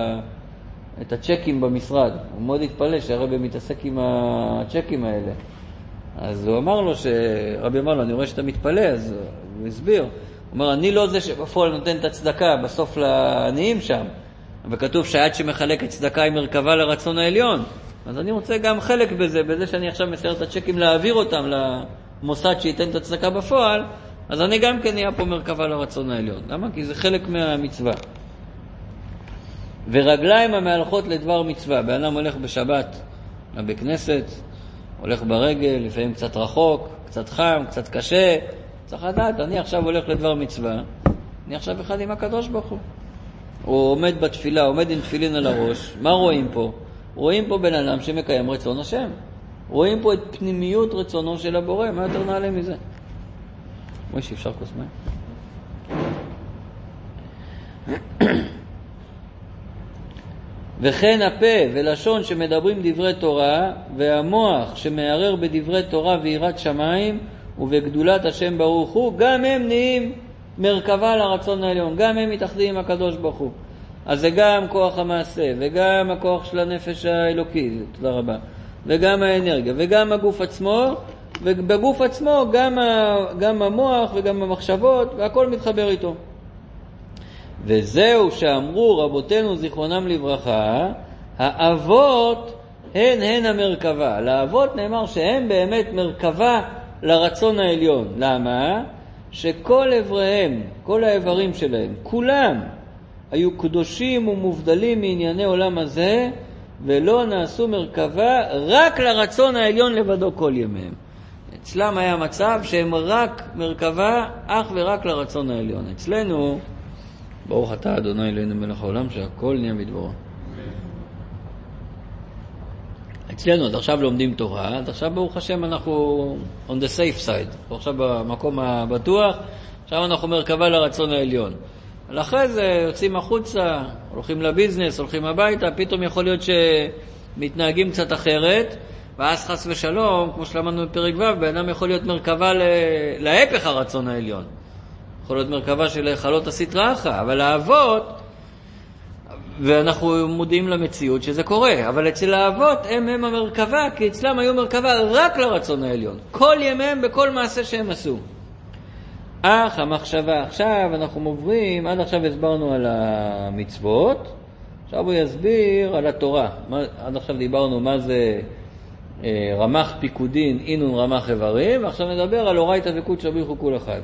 את הצ'קים במשרד. הוא מאוד התפלא שהרבי מתעסק עם הצ'קים האלה. אז הוא אמר לו, רבי אמר לו, אני רואה שאתה מתפלא, אז הוא הסביר. הוא אומר, אני לא זה שבפועל נותן את הצדקה בסוף לעניים שם. וכתוב שהיד שמחלקת צדקה היא מרכבה לרצון העליון. אז אני רוצה גם חלק בזה שאני עכשיו מסייר את הצ'קים להעביר אותם למוסד שייתן את הצדקה בפועל, אז אני גם כן נהיה פה מרכבה לרצון העליון. למה? כי זה חלק מהמצווה. ורגליים המהלכות לדבר מצווה. באדם הולך בשבת לבית כנסת, הולך ברגל, לפעמים קצת רחוק, קצת חם, קצת קשה. צריך לדעת, אני עכשיו הולך לדבר מצווה, אני עכשיו אחד עם הקדוש ברוך הוא. הוא עומד בתפילה, עומד עם תפילין על הראש. מה רואים פה? רואים פה בן אדם שמקיים רצון השם. רואים פה את פנימיות רצונו של הבורא. מה יותר נעלה מזה? רואה שאפשר כוס מים? וכן הפה ולשון שמדברים דברי תורה, והמוח שמערער בדברי תורה ויראת שמיים ובגדולת השם ברוך הוא, גם הם נהיים מרכבה לרצון העליון, גם הם מתאחדים עם הקדוש ברוך הוא. אז זה גם כוח המעשה, וגם הכוח של הנפש האלוקי, תודה רבה, וגם האנרגיה, וגם הגוף עצמו, ובגוף עצמו גם המוח וגם המחשבות, והכל מתחבר איתו. וזהו שאמרו רבותינו זיכרונם לברכה, האבות הן המרכבה. לאבות נאמר שהם באמת מרכבה לרצון העליון. למה? שכל אבריהם, כל האיברים שלהם, כולם היו קדושים ומובדלים מענייני עולם הזה, ולא נעשו מרכבה רק לרצון העליון לבדו כל ימיהם. אצלם היה מצב שהם רק מרכבה אך ורק לרצון העליון. אצלנו, ברוך אתה אדוני אלוהינו מלך העולם שהכל נהיה בדברו. אצלנו עד עכשיו לומדים תורה, עד עכשיו ברוך השם אנחנו on the safe side, עכשיו במקום הבטוח, עכשיו אנחנו מרכבה לרצון העליון. אחרי זה יוצאים החוצה, הולכים לביזנס, הולכים הביתה, פתאום יכול להיות שמתנהגים קצת אחרת, ואז חס ושלום, כמו שלמדנו בפרק ו', באדם יכול להיות מרכבה להפך הרצון העליון. יכול להיות מרכבה של חלות הסטרא אחרא, אבל האבות, ואנחנו מודיעים למציאות שזה קורה, אבל אצל האבות הם המרכבה, כי אצלם היו מרכבה רק לרצון העליון. כל ימיהם בכל מעשה שהם עשו. אך המחשבה, עכשיו אנחנו עוברים, עד עכשיו הסברנו על המצוות, עכשיו הוא יסביר על התורה. עד עכשיו דיברנו מה זה רמ"ח פיקודין, אינון רמ"ח איברים, ועכשיו נדבר על אורייתא וקודשא בריך הוא כול אחד.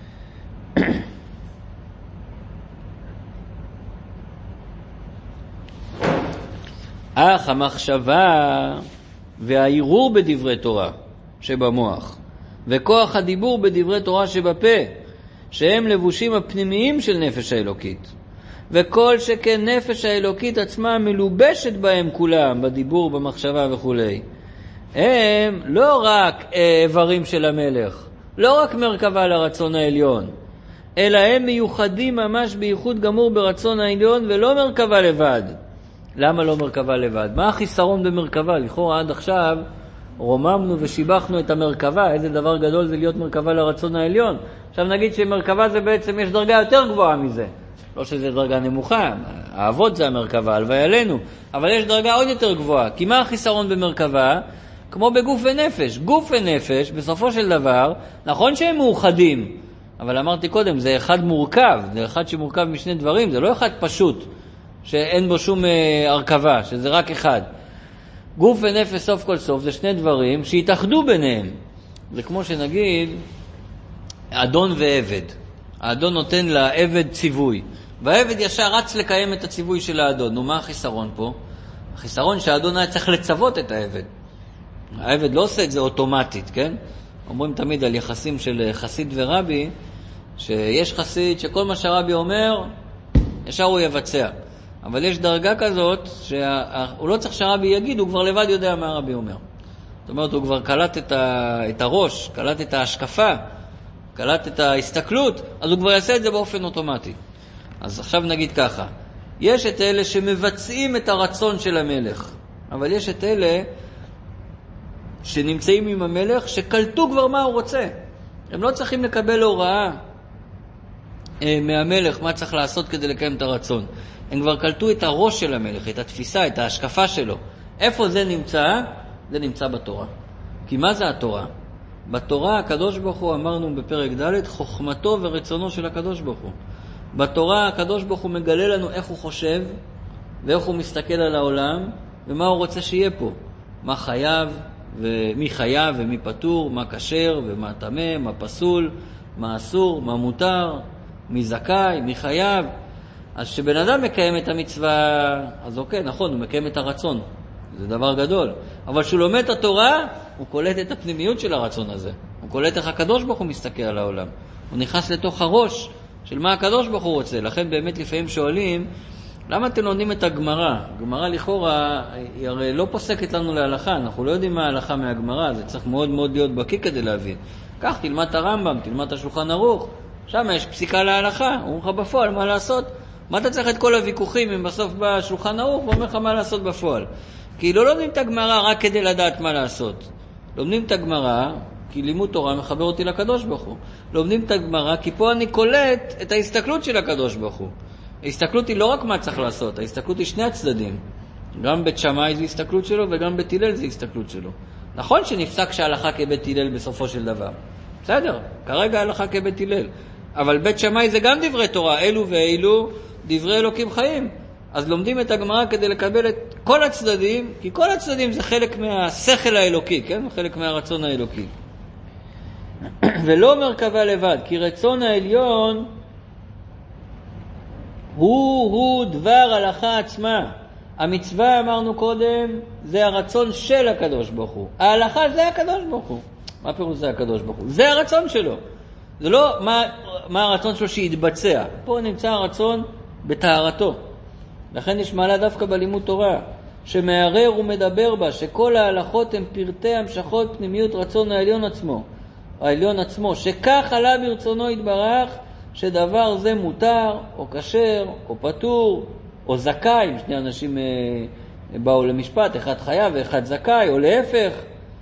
אך המחשבה והעירור בדברי תורה שבמוח וכוח הדיבור בדברי תורה שבפה שהם לבושים הפנימיים של נפש האלוקית. וכל שכן נפש האלוקית עצמה מלובשת בהם כולם, בדיבור, במחשבה וכו'. הם לא רק איברים של המלך, לא רק מרכבה לרצון העליון, אלא הם מיוחדים ממש בייחוד גמור ברצון העליון ולא מרכבה לבד. למה לא מרכבה לבד? מה החיסרון במרכבה? לכאורה עד עכשיו רוממנו ושיבחנו את המרכבה, איזה דבר גדול זה להיות מרכבה לרצון העליון. עכשיו נגיד שמרכבה זה בעצם, יש דרגה יותר גבוהה מזה. לא שזה דרגה נמוכה, האבות זה המרכבה, הלוואי עלינו, אבל יש דרגה עוד יותר גבוהה. כי מה החיסרון במרכבה? כמו בגוף ונפש. גוף ונפש, בסופו של דבר, נכון שהם מאוחדים, אבל אמרתי קודם, זה אחד מורכב, זה אחד שמורכב משני דברים, זה לא אחד פשוט, שאין בו שום הרכבה, שזה רק אחד. גוף ונפש סוף כל סוף זה שני דברים שהתאחדו ביניהם. זה כמו שנגיד, אדון ועבד. האדון נותן לעבד ציווי, והעבד ישר רץ לקיים את הציווי של האדון. נו, מה החיסרון פה? החיסרון שהאדון היה צריך לצוות את העבד. העבד לא עושה את זה אוטומטית, כן? אומרים תמיד על יחסים של חסיד ורבי, שיש חסיד שכל מה שהרבי אומר, ישר הוא יבצע. אבל יש דרגה כזאת שהוא לא צריך שהרבי יגיד, הוא כבר לבד יודע מה הרבי אומר. זאת אומרת, הוא כבר קלט את הראש, קלט את ההשקפה, קלט את ההסתכלות, אז הוא כבר יעשה את זה באופן אוטומטי. אז עכשיו נגיד ככה, יש את אלה שמבצעים את הרצון של המלך, אבל יש את אלה שנמצאים עם המלך, שקלטו כבר מה הוא רוצה. הם לא צריכים לקבל הוראה מהמלך מה צריך לעשות כדי לקיים את הרצון. הם כבר קלטו את הראש של המלך, את התפיסה, את ההשקפה שלו. איפה זה נמצא? זה נמצא בתורה. כי מה זה התורה? בתורה הקדוש ברוך הוא, אמרנו בפרק ד', חוכמתו ורצונו של הקדוש ברוך הוא. בתורה הקדוש ברוך הוא מגלה לנו איך הוא חושב, ואיך הוא מסתכל על העולם, ומה הוא רוצה שיהיה פה. מה חייב, ומי חייב ומי פטור, מה כשר ומה טמא, מה פסול, מה אסור, מה מותר, מי זכאי, מי חייב. אז שבן אדם מקיים את המצווה, אז אוקיי, נכון, הוא מקיים את הרצון. זה דבר גדול. אבל כשהוא לומד את התורה, הוא קולט את הפנימיות של הרצון הזה. הוא קולט איך הקדוש ברוך הוא מסתכל על העולם. הוא נכנס לתוך הראש של מה הקדוש ברוך הוא רוצה. לכן באמת לפעמים שואלים, למה אתם לומדים את הגמרא? הגמרא לכאורה היא הרי לא פוסקת לנו להלכה, אנחנו לא יודעים מה ההלכה מהגמרא, זה צריך מאוד מאוד להיות בקיא כדי להבין. כך תלמד את הרמב"ם, תלמד את השולחן ערוך, שם יש פסיקה להלכה, הוא אומר לך בפועל מה לעשות. מה אתה צריך את כל הוויכוחים אם בסוף בא השולחן ערוך ואומר לך מה לעשות בפועל? כי לא לומדים את הגמרא רק כדי לדעת מה לעשות. לומדים את הגמרא כי לימוד תורה מחבר אותי לקדוש ברוך הוא. לומדים את הגמרא כי פה אני קולט את ההסתכלות של הקדוש ברוך הוא. ההסתכלות היא לא רק מה צריך לעשות, ההסתכלות היא שני הצדדים. גם בית שמאי זה הסתכלות שלו וגם בית הלל זה הסתכלות שלו. נכון שנפסק שההלכה כבית הלל בסופו של דבר. בסדר, כרגע ההלכה כבית הלל. אבל בית שמאי זה גם דברי תורה, אלו ואלו דברי אלוקים חיים. אז לומדים את הגמרא כדי לקבל את כל הצדדים, כי כל הצדדים זה חלק מהשכל האלוקי, כן? חלק מהרצון האלוקי. ולא מרכבה לבד, כי רצון העליון הוא דבר הלכה עצמה. המצווה, אמרנו קודם, זה הרצון של הקדוש ברוך הוא. ההלכה זה הקדוש ברוך הוא. מה פירוש זה הקדוש ברוך הוא? זה הרצון שלו. זה לא מה הרצון שלו שיתבצע. פה נמצא הרצון בטהרתו. לכן יש מעלה דווקא בלימוד תורה, שמערער ומדבר בה, שכל ההלכות הן פרטי המשכות פנימיות רצון העליון עצמו. העליון עצמו, שכך עלה ברצונו יתברך, שדבר זה מותר, או כשר, או פטור, או זכאי. שני אנשים באו למשפט, אחד חייב ואחד זכאי, או להפך.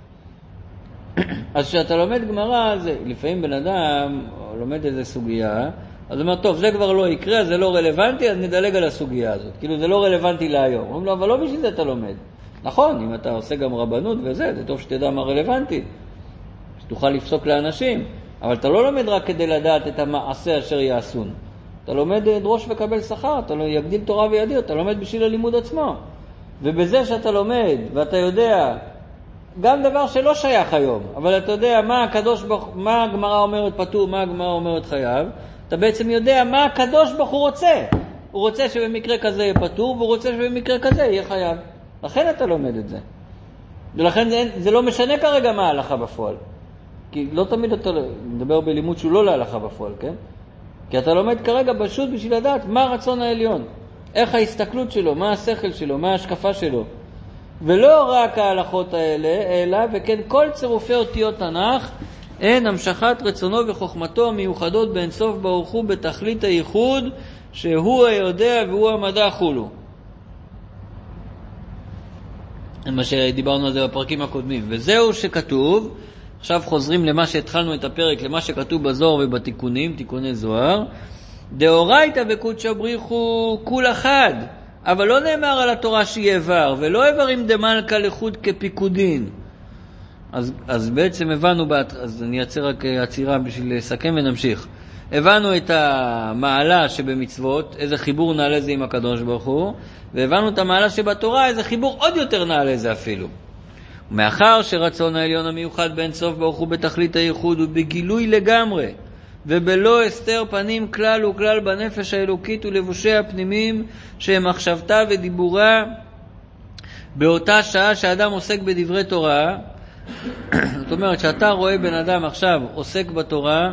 אז כשאתה לומד גמרא, לפעמים בן אדם לומד איזו סוגיה, אז הוא אומר, טוב, זה כבר לא יקרה, זה לא רלוונטי, אז נדלג על הסוגיה הזאת. כאילו, זה לא רלוונטי להיום. אומרים לו, אבל לא בשביל זה אתה לומד. נכון, אם אתה עושה גם רבנות וזה, זה טוב שתדע מה רלוונטי. שתוכל לפסוק לאנשים. אבל אתה לא לומד רק כדי לדעת את המעשה אשר יעשון. אתה לומד דרוש וקבל שכר, אתה יגדיל תורה וידיר, אתה לומד בשביל הלימוד עצמו. ובזה שאתה לומד, ואתה יודע, גם דבר שלא שייך היום, אבל אתה יודע מה הגמרא אומרת פטור, מה הגמרא אומרת חייב, אתה בעצם יודע מה הקדוש ברוך הוא רוצה. הוא רוצה שבמקרה כזה יהיה פטור, והוא רוצה שבמקרה כזה יהיה חייב. לכן אתה לומד את זה. ולכן זה לא משנה כרגע מה ההלכה בפועל. כי לא תמיד אתה מדבר בלימוד שהוא לא להלכה בפועל, כן? כי אתה לומד כרגע פשוט בשביל לדעת מה הרצון העליון, איך ההסתכלות שלו, מה השכל שלו, מה ההשקפה שלו. ולא רק ההלכות האלה, אלא וכן כל צירופי אותיות תנ"ך הן המשכת רצונו וחוכמתו המיוחדות באינסוף ברוך הוא בתכלית הייחוד שהוא היודע והוא המדע חולו. מה שדיברנו על זה בפרקים הקודמים. וזהו שכתוב, עכשיו חוזרים למה שהתחלנו את הפרק, למה שכתוב בזוהר ובתיקונים, תיקוני זוהר. דאורייתא וקודשא בריחו כול אחד, אבל לא נאמר על התורה שהיא איבר, ולא איברים דמלכא לחוד כפיקודין. אז בעצם הבנו, אז אני אעצר רק עצירה בשביל לסכם ונמשיך. הבנו את המעלה שבמצוות, איזה חיבור נעלה זה עם הקדוש ברוך הוא, והבנו את המעלה שבתורה, איזה חיבור עוד יותר נעלה זה אפילו. מאחר שרצון העליון המיוחד באין סוף ברוך הוא בתכלית הייחוד הוא בגילוי לגמרי, ובלא הסתר פנים כלל וכלל בנפש האלוקית ולבושי הפנימים שהם מחשבתה ודיבורה, באותה שעה שהאדם עוסק בדברי תורה, זאת אומרת שאתה רואה בן אדם עכשיו עוסק בתורה,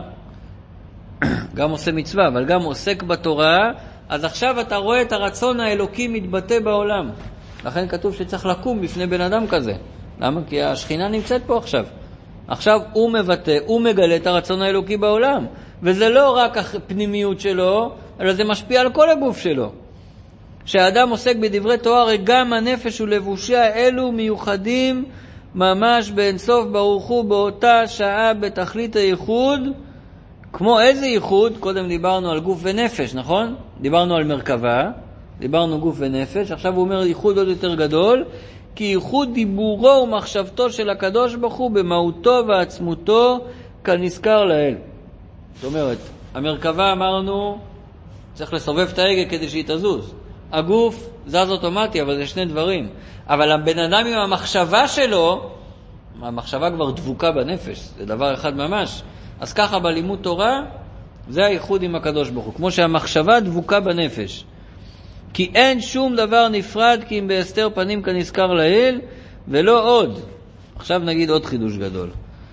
גם עושה מצווה, אבל גם עוסק בתורה, אז עכשיו אתה רואה את הרצון האלוקי מתבטא בעולם. לכן כתוב שצריך לקום בפני בן אדם כזה. למה? כי השכינה נמצאת פה עכשיו. עכשיו הוא מבטא, הוא מגלה את הרצון האלוקי בעולם. וזה לא רק הפנימיות שלו, אלא זה משפיע על כל הגוף שלו. כשהאדם עוסק בדברי תורה, גם הנפש ולבושיה אלו מיוחדים ממש באינסוף ברוך הוא באותה שעה בתכלית הייחוד. כמו איזה ייחוד? קודם דיברנו על גוף ונפש, נכון? דיברנו על מרכבה, דיברנו גוף ונפש, עכשיו הוא אומר ייחוד עוד יותר גדול, כי ייחוד דיבורו ומחשבתו של הקדוש ברוך הוא במהותו ועצמותו כנזכר לאל. זאת אומרת, המרכבה אמרנו, צריך לסובב את ההגה כדי שהיא תזוז. הגוף זז אוטומטי, אבל זה שני דברים. אבל הבן אדם עם המחשבה שלו, המחשבה כבר דבוקה בנפש, זה דבר אחד ממש. אז ככה בלימוד תורה, זה הייחוד עם הקדוש ברוך הוא, כמו שהמחשבה דבוקה בנפש. כי אין שום דבר נפרד כי אם בהסתר פנים כנזכר לאל, ולא עוד. עכשיו נגיד עוד חידוש גדול.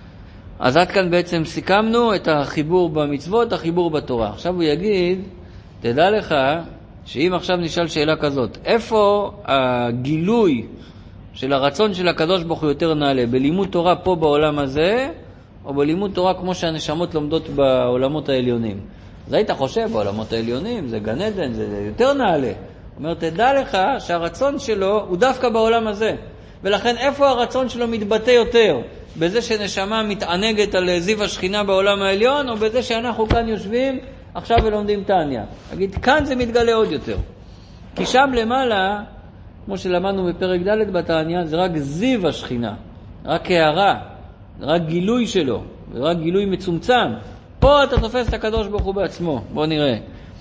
אז עד כאן בעצם סיכמנו את החיבור במצוות, החיבור בתורה. עכשיו הוא יגיד, תדע לך, שאם עכשיו נשאל שאלה כזאת, איפה הגילוי של הרצון של הקדוש ברוך הוא יותר נעלה? בלימוד תורה פה בעולם הזה, או בלימוד תורה כמו שהנשמות לומדות בעולמות העליונים? אז היית חושב, בעולמות העליונים זה גן עדן, זה יותר נעלה. הוא אומר, תדע לך שהרצון שלו הוא דווקא בעולם הזה. ולכן איפה הרצון שלו מתבטא יותר? בזה שנשמה מתענגת על זיו השכינה בעולם העליון, או בזה שאנחנו כאן יושבים עכשיו ולומדים תניא? אגיד, כאן זה מתגלה עוד יותר. כי שם למעלה, כמו שלמדנו בפרק ד' בתניא, זה רק זיו השכינה, רק הערה, רק גילוי שלו, ורק גילוי מצומצם. פה אתה תופס את הקדוש ברוך הוא בעצמו. בוא נראה.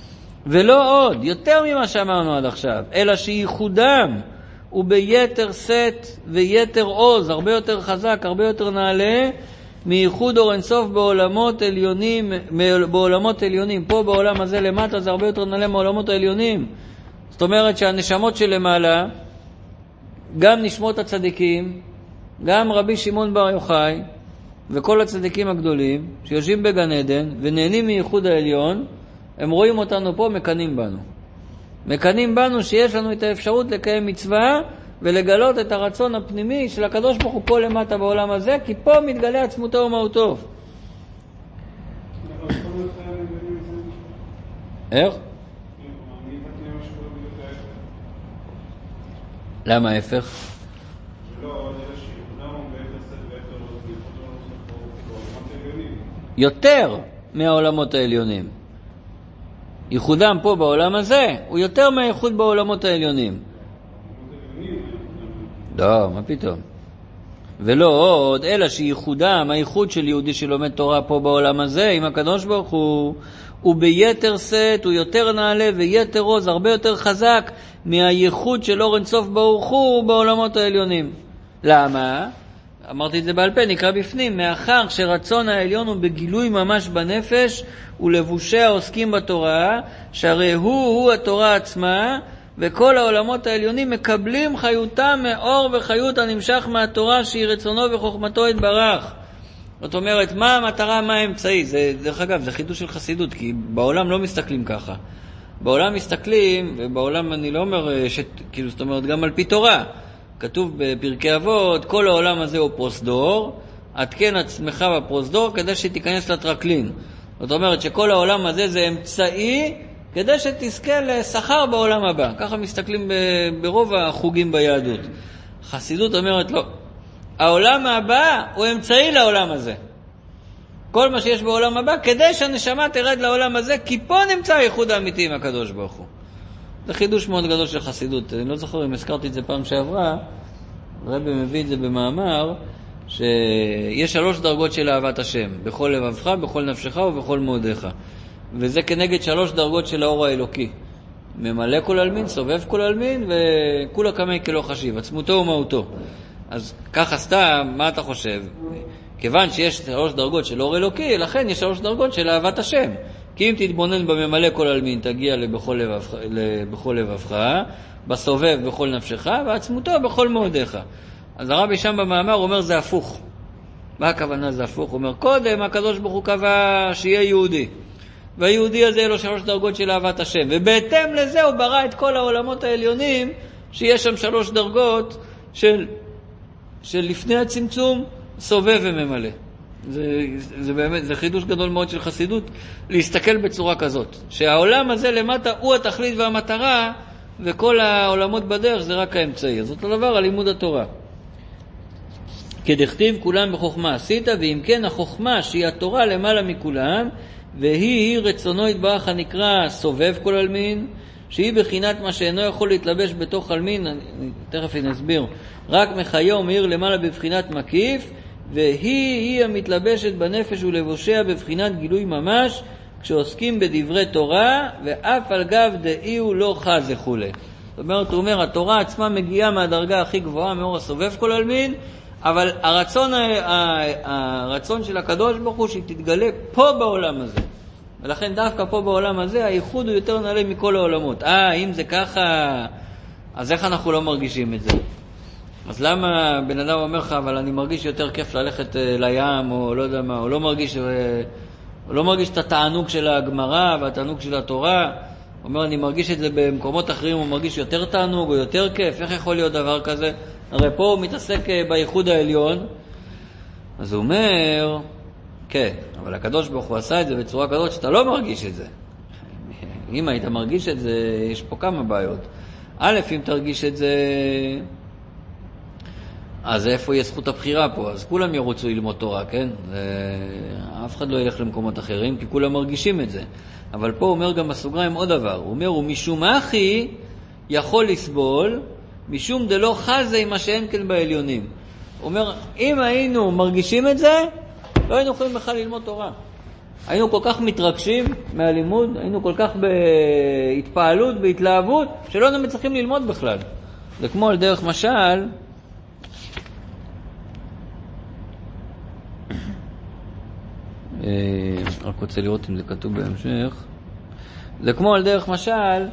ולא עוד, יותר ממה שאמרנו עד עכשיו, אלא שייחודם הוא ביתר סט ויתר עוז, הרבה יותר חזק, הרבה יותר נעלה, מייחוד אור אינסוף בעולמות עליונים, בעולמות עליונים. פה בעולם הזה למטה זה הרבה יותר נעלה מעולמות העליונים. זאת אומרת שהנשמות שלמעלה, גם נשמות הצדיקים, גם רבי שמעון בר יוחאי, וכל הצדיקים הגדולים, שיושבים בגן עדן, ונהנים מייחוד העליון, הם רואים אותנו פה, מקנים בנו. מקנים בנו שיש לנו את האפשרות לקיים מצווה, ולגלות את הרצון הפנימי של הקדוש ברוך הוא פה למטה בעולם הזה, כי פה מתגלה עצמותו ומהותו. איך? למה ההפך? יותר מהעולמות העליונים. ייחודם פה בעולם הזה הוא יותר מהייחוד בעולמות העליונים. לא, מה פתאום? ולא עוד, אלא שייחודם, הייחוד של יהודי שלומד תורה פה בעולם הזה עם הקדוש ברוך הוא ביתר סט, הוא יותר נעלה ויתר עוז, הרבה יותר חזק מהייחוד של אור אינסוף ברוך הוא בעולמות העליונים. למה? אמרתי את זה בעל פה, נקרא בפנים, מאחר שרצון העליון הוא בגילוי ממש בנפש ולבושי העוסקים בתורה, שהרי הוא התורה עצמה, וכל העולמות העליונים מקבלים חיותם מאור וחיות הנמשך מהתורה שהיא רצונו וחוכמתו יתברך. זאת אומרת, מה המטרה, מה האמצעי? זה, דרך אגב, זה חידוש של חסידות, כי בעולם לא מסתכלים ככה. בעולם מסתכלים, ובעולם אני לא אומר, כאילו, זאת אומרת, גם על פי תורה. כתוב בפרקי אבות, כל העולם הזה הוא פרוזדור, עדכן עצמך בפרוזדור כדי שתיכנס לטרקלין. זאת אומרת שכל העולם הזה זה אמצעי כדי שתזכה לשכר בעולם הבא. ככה מסתכלים ברוב החוגים ביהדות. חסידות אומרת לא. העולם הבא הוא אמצעי לעולם הזה. כל מה שיש בעולם הבא כדי שהנשמה תרד לעולם הזה, כי פה נמצא הייחוד האמיתי עם הקדוש ברוך הוא. זה חידוש מאוד גדול של חסידות. אני לא זוכר אם הזכרתי את זה פעם שעברה. הרבי מביא את זה במאמר, שיש 3 דרגות של אהבת השם, בכל לבבך, בכל נפשך ובכל מאודיך. וזה כנגד 3 דרגות של האור האלוקי. ממלא כל אלמין, סובב כל אלמין, וכולה קמי כלא חשיב, עצמותו ומהותו. אז ככה סתם, מה אתה חושב? כיוון שיש 3 דרגות של אור אלוקי, לכן יש 3 דרגות של אהבת השם. כי אם תתבונן בממלא כל אלמין, תגיע לבכל לבבך, בסובב בכל נפשך, ועצמותו בכל מאודיך. אז הרבי שם במאמר אומר זה הפוך. מה הכוונה זה הפוך? הוא אומר, קודם הקדוש ברוך הוא קבע שיהיה יהודי. והיהודי הזה לו 3 דרגות של אהבת השם. ובהתאם לזה הוא ברא את כל העולמות העליונים, שיש שם 3 דרגות של לפני הצמצום, סובב וממלא. זה באמת, זה חידוש גדול מאוד של חסידות, להסתכל בצורה כזאת. שהעולם הזה למטה הוא התכלית והמטרה, וכל העולמות בדרך זה רק האמצעי. אז אותו דבר על לימוד התורה. כדכתיב כולם בחוכמה עשית, ואם כן החוכמה שהיא התורה למעלה מכולם, והיא רצונו יתברך הנקרא סובב כל אלמין, שהיא בחינת מה שאינו יכול להתלבש בתוך אלמין, תכף נסביר, רק מחיה ומאיר למעלה בבחינת מקיף, והיא המתלבשת בנפש ולבושיה בבחינת גילוי ממש, כשעוסקים בדברי תורה, ואף על גב דאי הוא לא חז וכולי. זאת אומרת, הוא אומר, התורה עצמה מגיעה מהדרגה הכי גבוהה, מאור הסובב כל אלמין, אבל הרצון של הקדוש ברוך הוא שהיא תתגלה פה בעולם הזה. ולכן דווקא פה בעולם הזה, הייחוד הוא יותר נעלה מכל העולמות. אם זה ככה, אז איך אנחנו לא מרגישים את זה? אז למה בן אדם אומר לך, אבל אני מרגיש יותר כיף ללכת לים, או לא יודע מה, או לא מרגיש את התענוג של הגמרא והתענוג של התורה. הוא אומר, אני מרגיש את זה במקומות אחרים, הוא מרגיש יותר תענוג או יותר כיף. איך יכול להיות דבר כזה? הרי פה הוא מתעסק בייחוד העליון. אז הוא אומר, כן, אבל הקדוש ברוך הוא עשה את זה בצורה כזאת שאתה לא מרגיש את זה. אם היית מרגיש את זה, יש פה כמה בעיות. א', אם תרגיש את זה, אז איפה יהיה זכות הבחירה פה? אז כולם ירוצו ללמוד תורה, כן? אף אחד לא ילך למקומות אחרים, כי כולם מרגישים את זה. אבל פה הוא אומר גם בסוגריים עוד דבר. הוא אומר, ומשום אחי יכול לסבול, משום דלא חזה עם מה שאין כן בעליונים. הוא אומר, אם היינו מרגישים את זה, לא היינו יכולים בכלל ללמוד תורה. היינו כל כך מתרגשים מהלימוד, היינו כל כך בהתפעלות, בהתלהבות, שלא היינו מצליחים ללמוד בכלל. זה כמו על דרך משל, רק רוצה לראות אם זה כתוב בהמשך. זה כמו על דרך משל,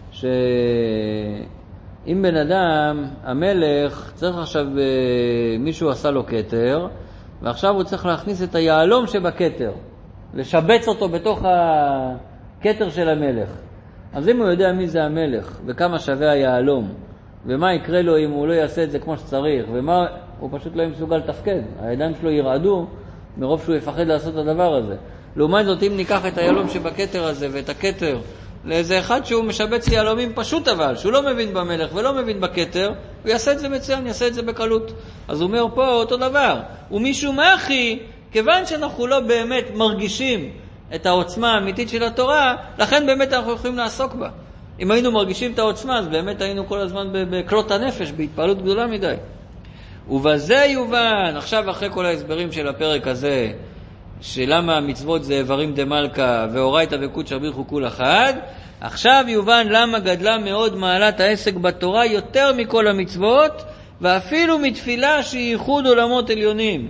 שאם בן אדם, המלך, צריך עכשיו, מישהו עשה לו כתר, ועכשיו הוא צריך להכניס את היעלום שבכתר, לשבץ אותו בתוך הכתר של המלך. אז אם הוא יודע מי זה המלך, וכמה שווה היעלום, ומה יקרה לו אם הוא לא יעשה את זה כמו שצריך, ומה, הוא פשוט לא מסוגל לתפקד. הידיים שלו ירעדו, מרוב שהוא יפחד לעשות את הדבר הזה. לעומת זאת, אם ניקח את היעלום שבכתר הזה ואת הכתר לאיזה אחד שהוא משבץ יעלומים פשוט אבל, שהוא לא מבין במלך ולא מבין בכתר, הוא יעשה את זה מצוין, יעשה את זה בקלות. אז הוא אומר פה אותו דבר. ומשום אחי, כיוון שאנחנו לא באמת מרגישים את העוצמה האמיתית של התורה, לכן באמת אנחנו יכולים לעסוק בה. אם היינו מרגישים את העוצמה, אז באמת היינו כל הזמן בקלות הנפש, בהתפעלות גדולה מדי. ובזה יובן, עכשיו אחרי כל ההסברים של הפרק הזה, שלמה המצוות זה איברים דמלכה ואורייתא וקודשא בריך כול אחד, עכשיו יובן למה גדלה מאוד מעלת העסק בתורה יותר מכל המצוות, ואפילו מתפילה שהיא ייחוד עולמות עליונים.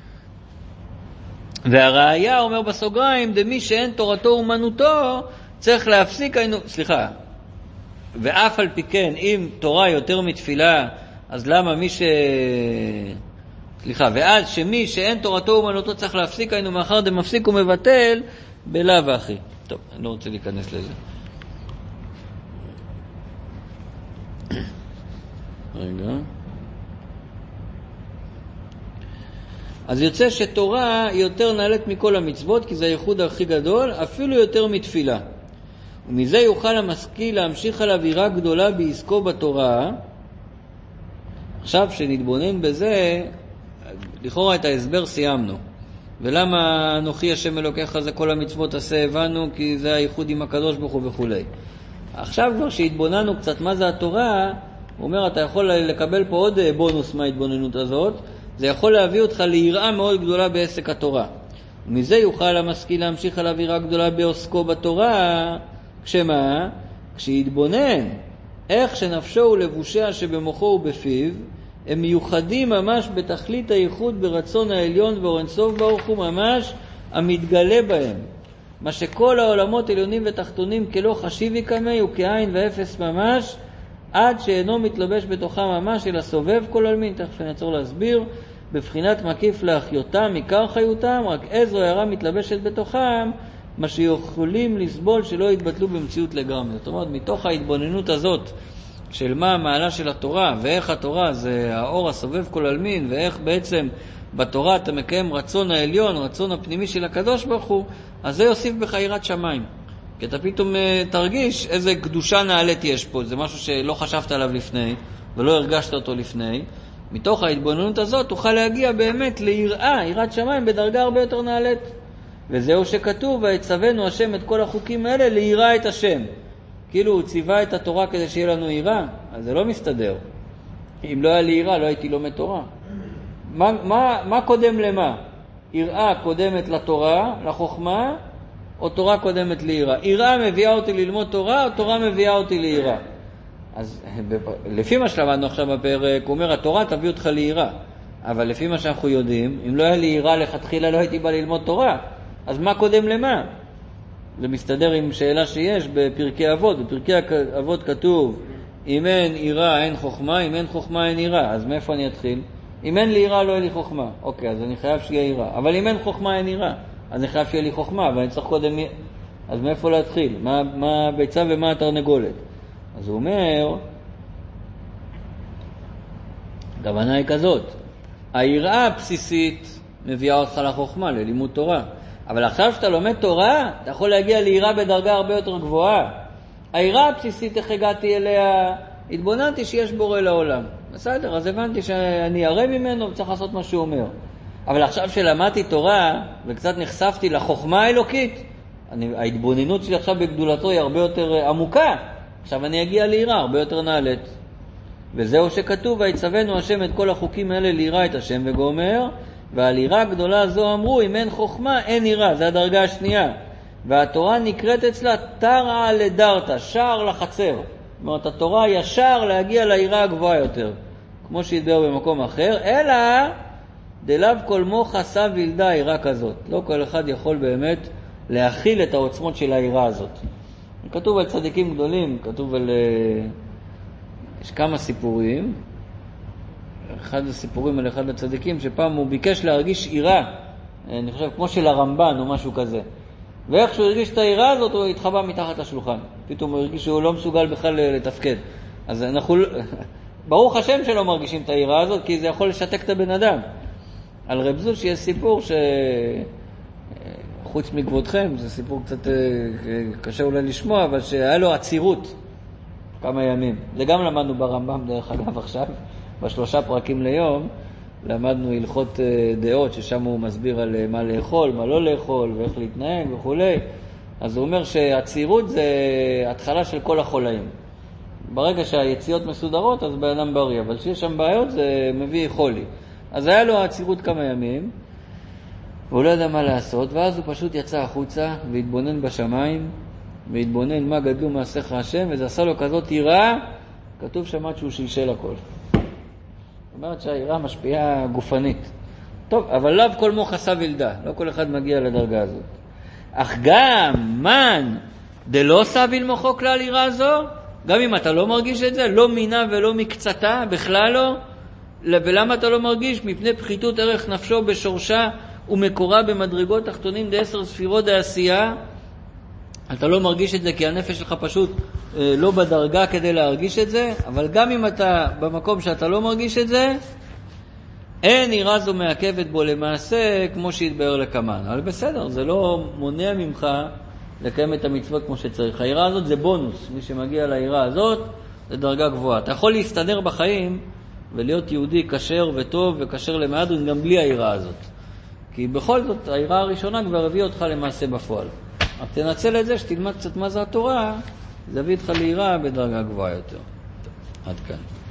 והראיה אומר בסוגריים, דמי שאין תורתו אומנותו, צריך להפסיק, ואף על פי כן, אם תורה יותר מתפילה, אז למה מי סליחה, ועד שמי שאין תורתו אומנותו צריך להפסיק, היינו מאחר דמפסיק ומבטל בלאו הכי. טוב, אני לא רוצה להיכנס לזה. רגע. אז יוצא שתורה היא יותר נעלית מכל המצוות, כי זה הייחוד הכי גדול, אפילו יותר מתפילה. ומזה יוכל המשכיל להמשיך עליו יראה גדולה בעסקו בתורה. עכשיו שנתבונן בזה, לכאורה את ההסבר סיימנו. ולמה אנוכי השם אלוקיך זה כל המצוות עשה, הבנו, כי זה הייחוד עם הקדוש ברוך הוא וכו'. עכשיו כבר שהתבוננו קצת מה זה התורה, הוא אומר, אתה יכול לקבל פה עוד בונוס מההתבוננות הזאת, זה יכול להביא אותך ליראה מאוד גדולה בעסק התורה. ומזה יוכל המשכיל להמשיך עליו יראה גדולה בעסקו בתורה, כשמה? כשיתבונן איך שנפשו ולבושיה שבמוחו ובפיו, הם מיוחדים ממש בתכלית הייחוד ברצון העליון ואורן סוף ברוך הוא ממש המתגלה בהם. מה שכל העולמות עליונים ותחתונים כלא חשיבי כמי וכעין ואפס ממש, עד שאינו מתלבש בתוכם ממש, אלא סובב כל עלמין. תכף נעצור להסביר. בבחינת מקיף להחיותם, עיקר חיותם, רק איזו הערה מתלבשת בתוכם, מה שיכולים לסבול שלא יתבטלו במציאות לגמרי. זאת אומרת, מתוך ההתבוננות הזאת, של מה המעלה של התורה, ואיך התורה זה האור הסובב כל עלמין, ואיך בעצם בתורה אתה מקיים רצון העליון, רצון הפנימי של הקדוש ברוך הוא, אז זה יוסיף בך יראת שמיים. כי אתה פתאום תרגיש איזה קדושה נעלית יש פה, זה משהו שלא חשבת עליו לפני, ולא הרגשת אותו לפני. מתוך ההתבוננות הזאת תוכל להגיע באמת ליראה, יראת שמיים בדרגה הרבה יותר נעלית. וזהו שכתוב, ויצוונו השם את כל החוקים האלה ליראה את השם. כאילו הוא ציווה את התורה כדי שיהיה לנו יראה, אז זה לא מסתדר. אם לא היה לי יראה, לא הייתי לומד תורה. מה קודם למה? יראה קודמת לתורה, לחוכמה, או תורה קודמת ליראה? יראה מביאה אותי ללמוד תורה, או תורה מביאה אותי ליראה? אז לפי מה שלמדנו עכשיו בפרק, הוא אומר, התורה תביא אותך ליראה. אבל לפי מה שאנחנו יודעים, אם לא היה לי יראה לכתחילה, לא הייתי בא ללמוד תורה. אז מה קודם למה? זה מסתדר עם שאלה שיש בפרקי אבות. בפרקי אבות כתוב, אם אין יראה אין חוכמה, אם אין חוכמה אין יראה. אז מאיפה אני אתחיל? אם אין לי יראה לא יהיה לי חוכמה. אוקיי, אז אני חייב שיהיה יראה. אבל אם אין חוכמה אין יראה, אז אני חייב שיהיה לי חוכמה, אבל אני צריך קודם... אז מאיפה להתחיל? מה הביצה ומה התרנגולת? אז הוא אומר, הכוונה היא כזאת, היראה הבסיסית מביאה אותך לחוכמה, ללימוד תורה. אבל עכשיו שאתה לומד תורה, אתה יכול להגיע ליראה בדרגה הרבה יותר גבוהה. היראה הבסיסית, איך הגעתי אליה? התבוננתי שיש בורא לעולם. בסדר, אז הבנתי שאני אראה ממנו וצריך לעשות מה שהוא אומר. אבל עכשיו שלמדתי תורה וקצת נחשפתי לחוכמה האלוקית, ההתבוננות שלי עכשיו בגדולתו היא הרבה יותר עמוקה. עכשיו אני אגיע ליראה הרבה יותר נעלית. וזהו שכתוב, ויצוונו השם את כל החוקים האלה ליראה את השם, וגומר, ועל יראה גדולה זו אמרו, אם אין חוכמה אין יראה. זה הדרגה השנייה. והתורה נקראת אצלה תרעה לדרתה, שער לחצר. זאת אומרת, התורה ישר להגיע ליראה הגבוהה יותר, כמו שהתבר במקום אחר, אלא דלאו כל מוחה סב ילדה יראה כזאת. לא כל אחד יכול באמת להכיל את העוצמות של היראה הזאת. כתוב על צדיקים גדולים, כתוב על... יש כמה סיפורים. אחד הסיפורים על אחד הצדיקים, שפעם הוא ביקש להרגיש יראה, אני חושב כמו של הרמב"ן או משהו כזה. ואיך שהוא הרגיש את היראה הזאת, הוא התחבא מתחת לשולחן. פתאום הוא הרגיש שהוא לא מסוגל בכלל לתפקד. אז אנחנו... ברוך השם שלא מרגישים את היראה הזאת, כי זה יכול לשתק את הבן אדם. על רב זוש יש סיפור חוץ מכבודכם, זה סיפור קצת קשה אולי לשמוע, אבל שהיה לו עצירות כמה ימים. זה גם למדנו ברמב"ם דרך אגב עכשיו, בשלושה פרקים ליום, למדנו הלכות דעות, ששם הוא מסביר על מה לאכול, מה לא לאכול, ואיך להתנהג וכו'. אז הוא אומר שהעצירות זה התחלה של כל החולאים. ברגע שהיציאות מסודרות, אז באדם בריא, אבל שיש שם בעיות זה מביא חולי. אז היה לו העצירות כמה ימים, והוא לא ידע מה לעשות, ואז הוא פשוט יצא החוצה והתבונן בשמיים, והתבונן מה גדלו מעשיך השם, וזה עשה לו כזאת יראה, כתוב שמעת שהוא שלשל הכל. זאת אומרת שהיראה משפיעה גופנית. טוב, אבל לאו כל מוח עשה וילדה, לא כל אחד מגיע לדרגה הזאת. אך גם מן דלא סביל מוחו כלל יראה זו, גם אם אתה לא מרגיש את זה, לא מינה ולא מקצתה, בכלל לא, ולמה אתה לא מרגיש? מפני פחיתות ערך נפשו בשורשה ומקורה במדרגות תחתונים ד10 ספירות העשייה. אתה לא מרגיש את זה כי הנפש שלך פשוט לא בדרגה כדי להרגיש את זה, אבל גם אם אתה במקום שאתה לא מרגיש את זה, אין יראה זו מעכבת בו למעשה כמו שהתבאר לקמן. אבל בסדר, זה לא מונע ממך לקיים את המצוות כמו שצריך. היראה הזאת זה בונוס, מי שמגיע ליראה הזאת זה דרגה גבוהה. אתה יכול להסתדר בחיים ולהיות יהודי כשר וטוב וכשר למהדרין גם בלי היראה הזאת. כי בכל זאת היראה הראשונה כבר הביא אותך למעשה בפועל. רק תנצל את זה שתלמד קצת מה זה התורה, זה הביא אותך ליראה בדרגה גבוהה יותר. עד כאן.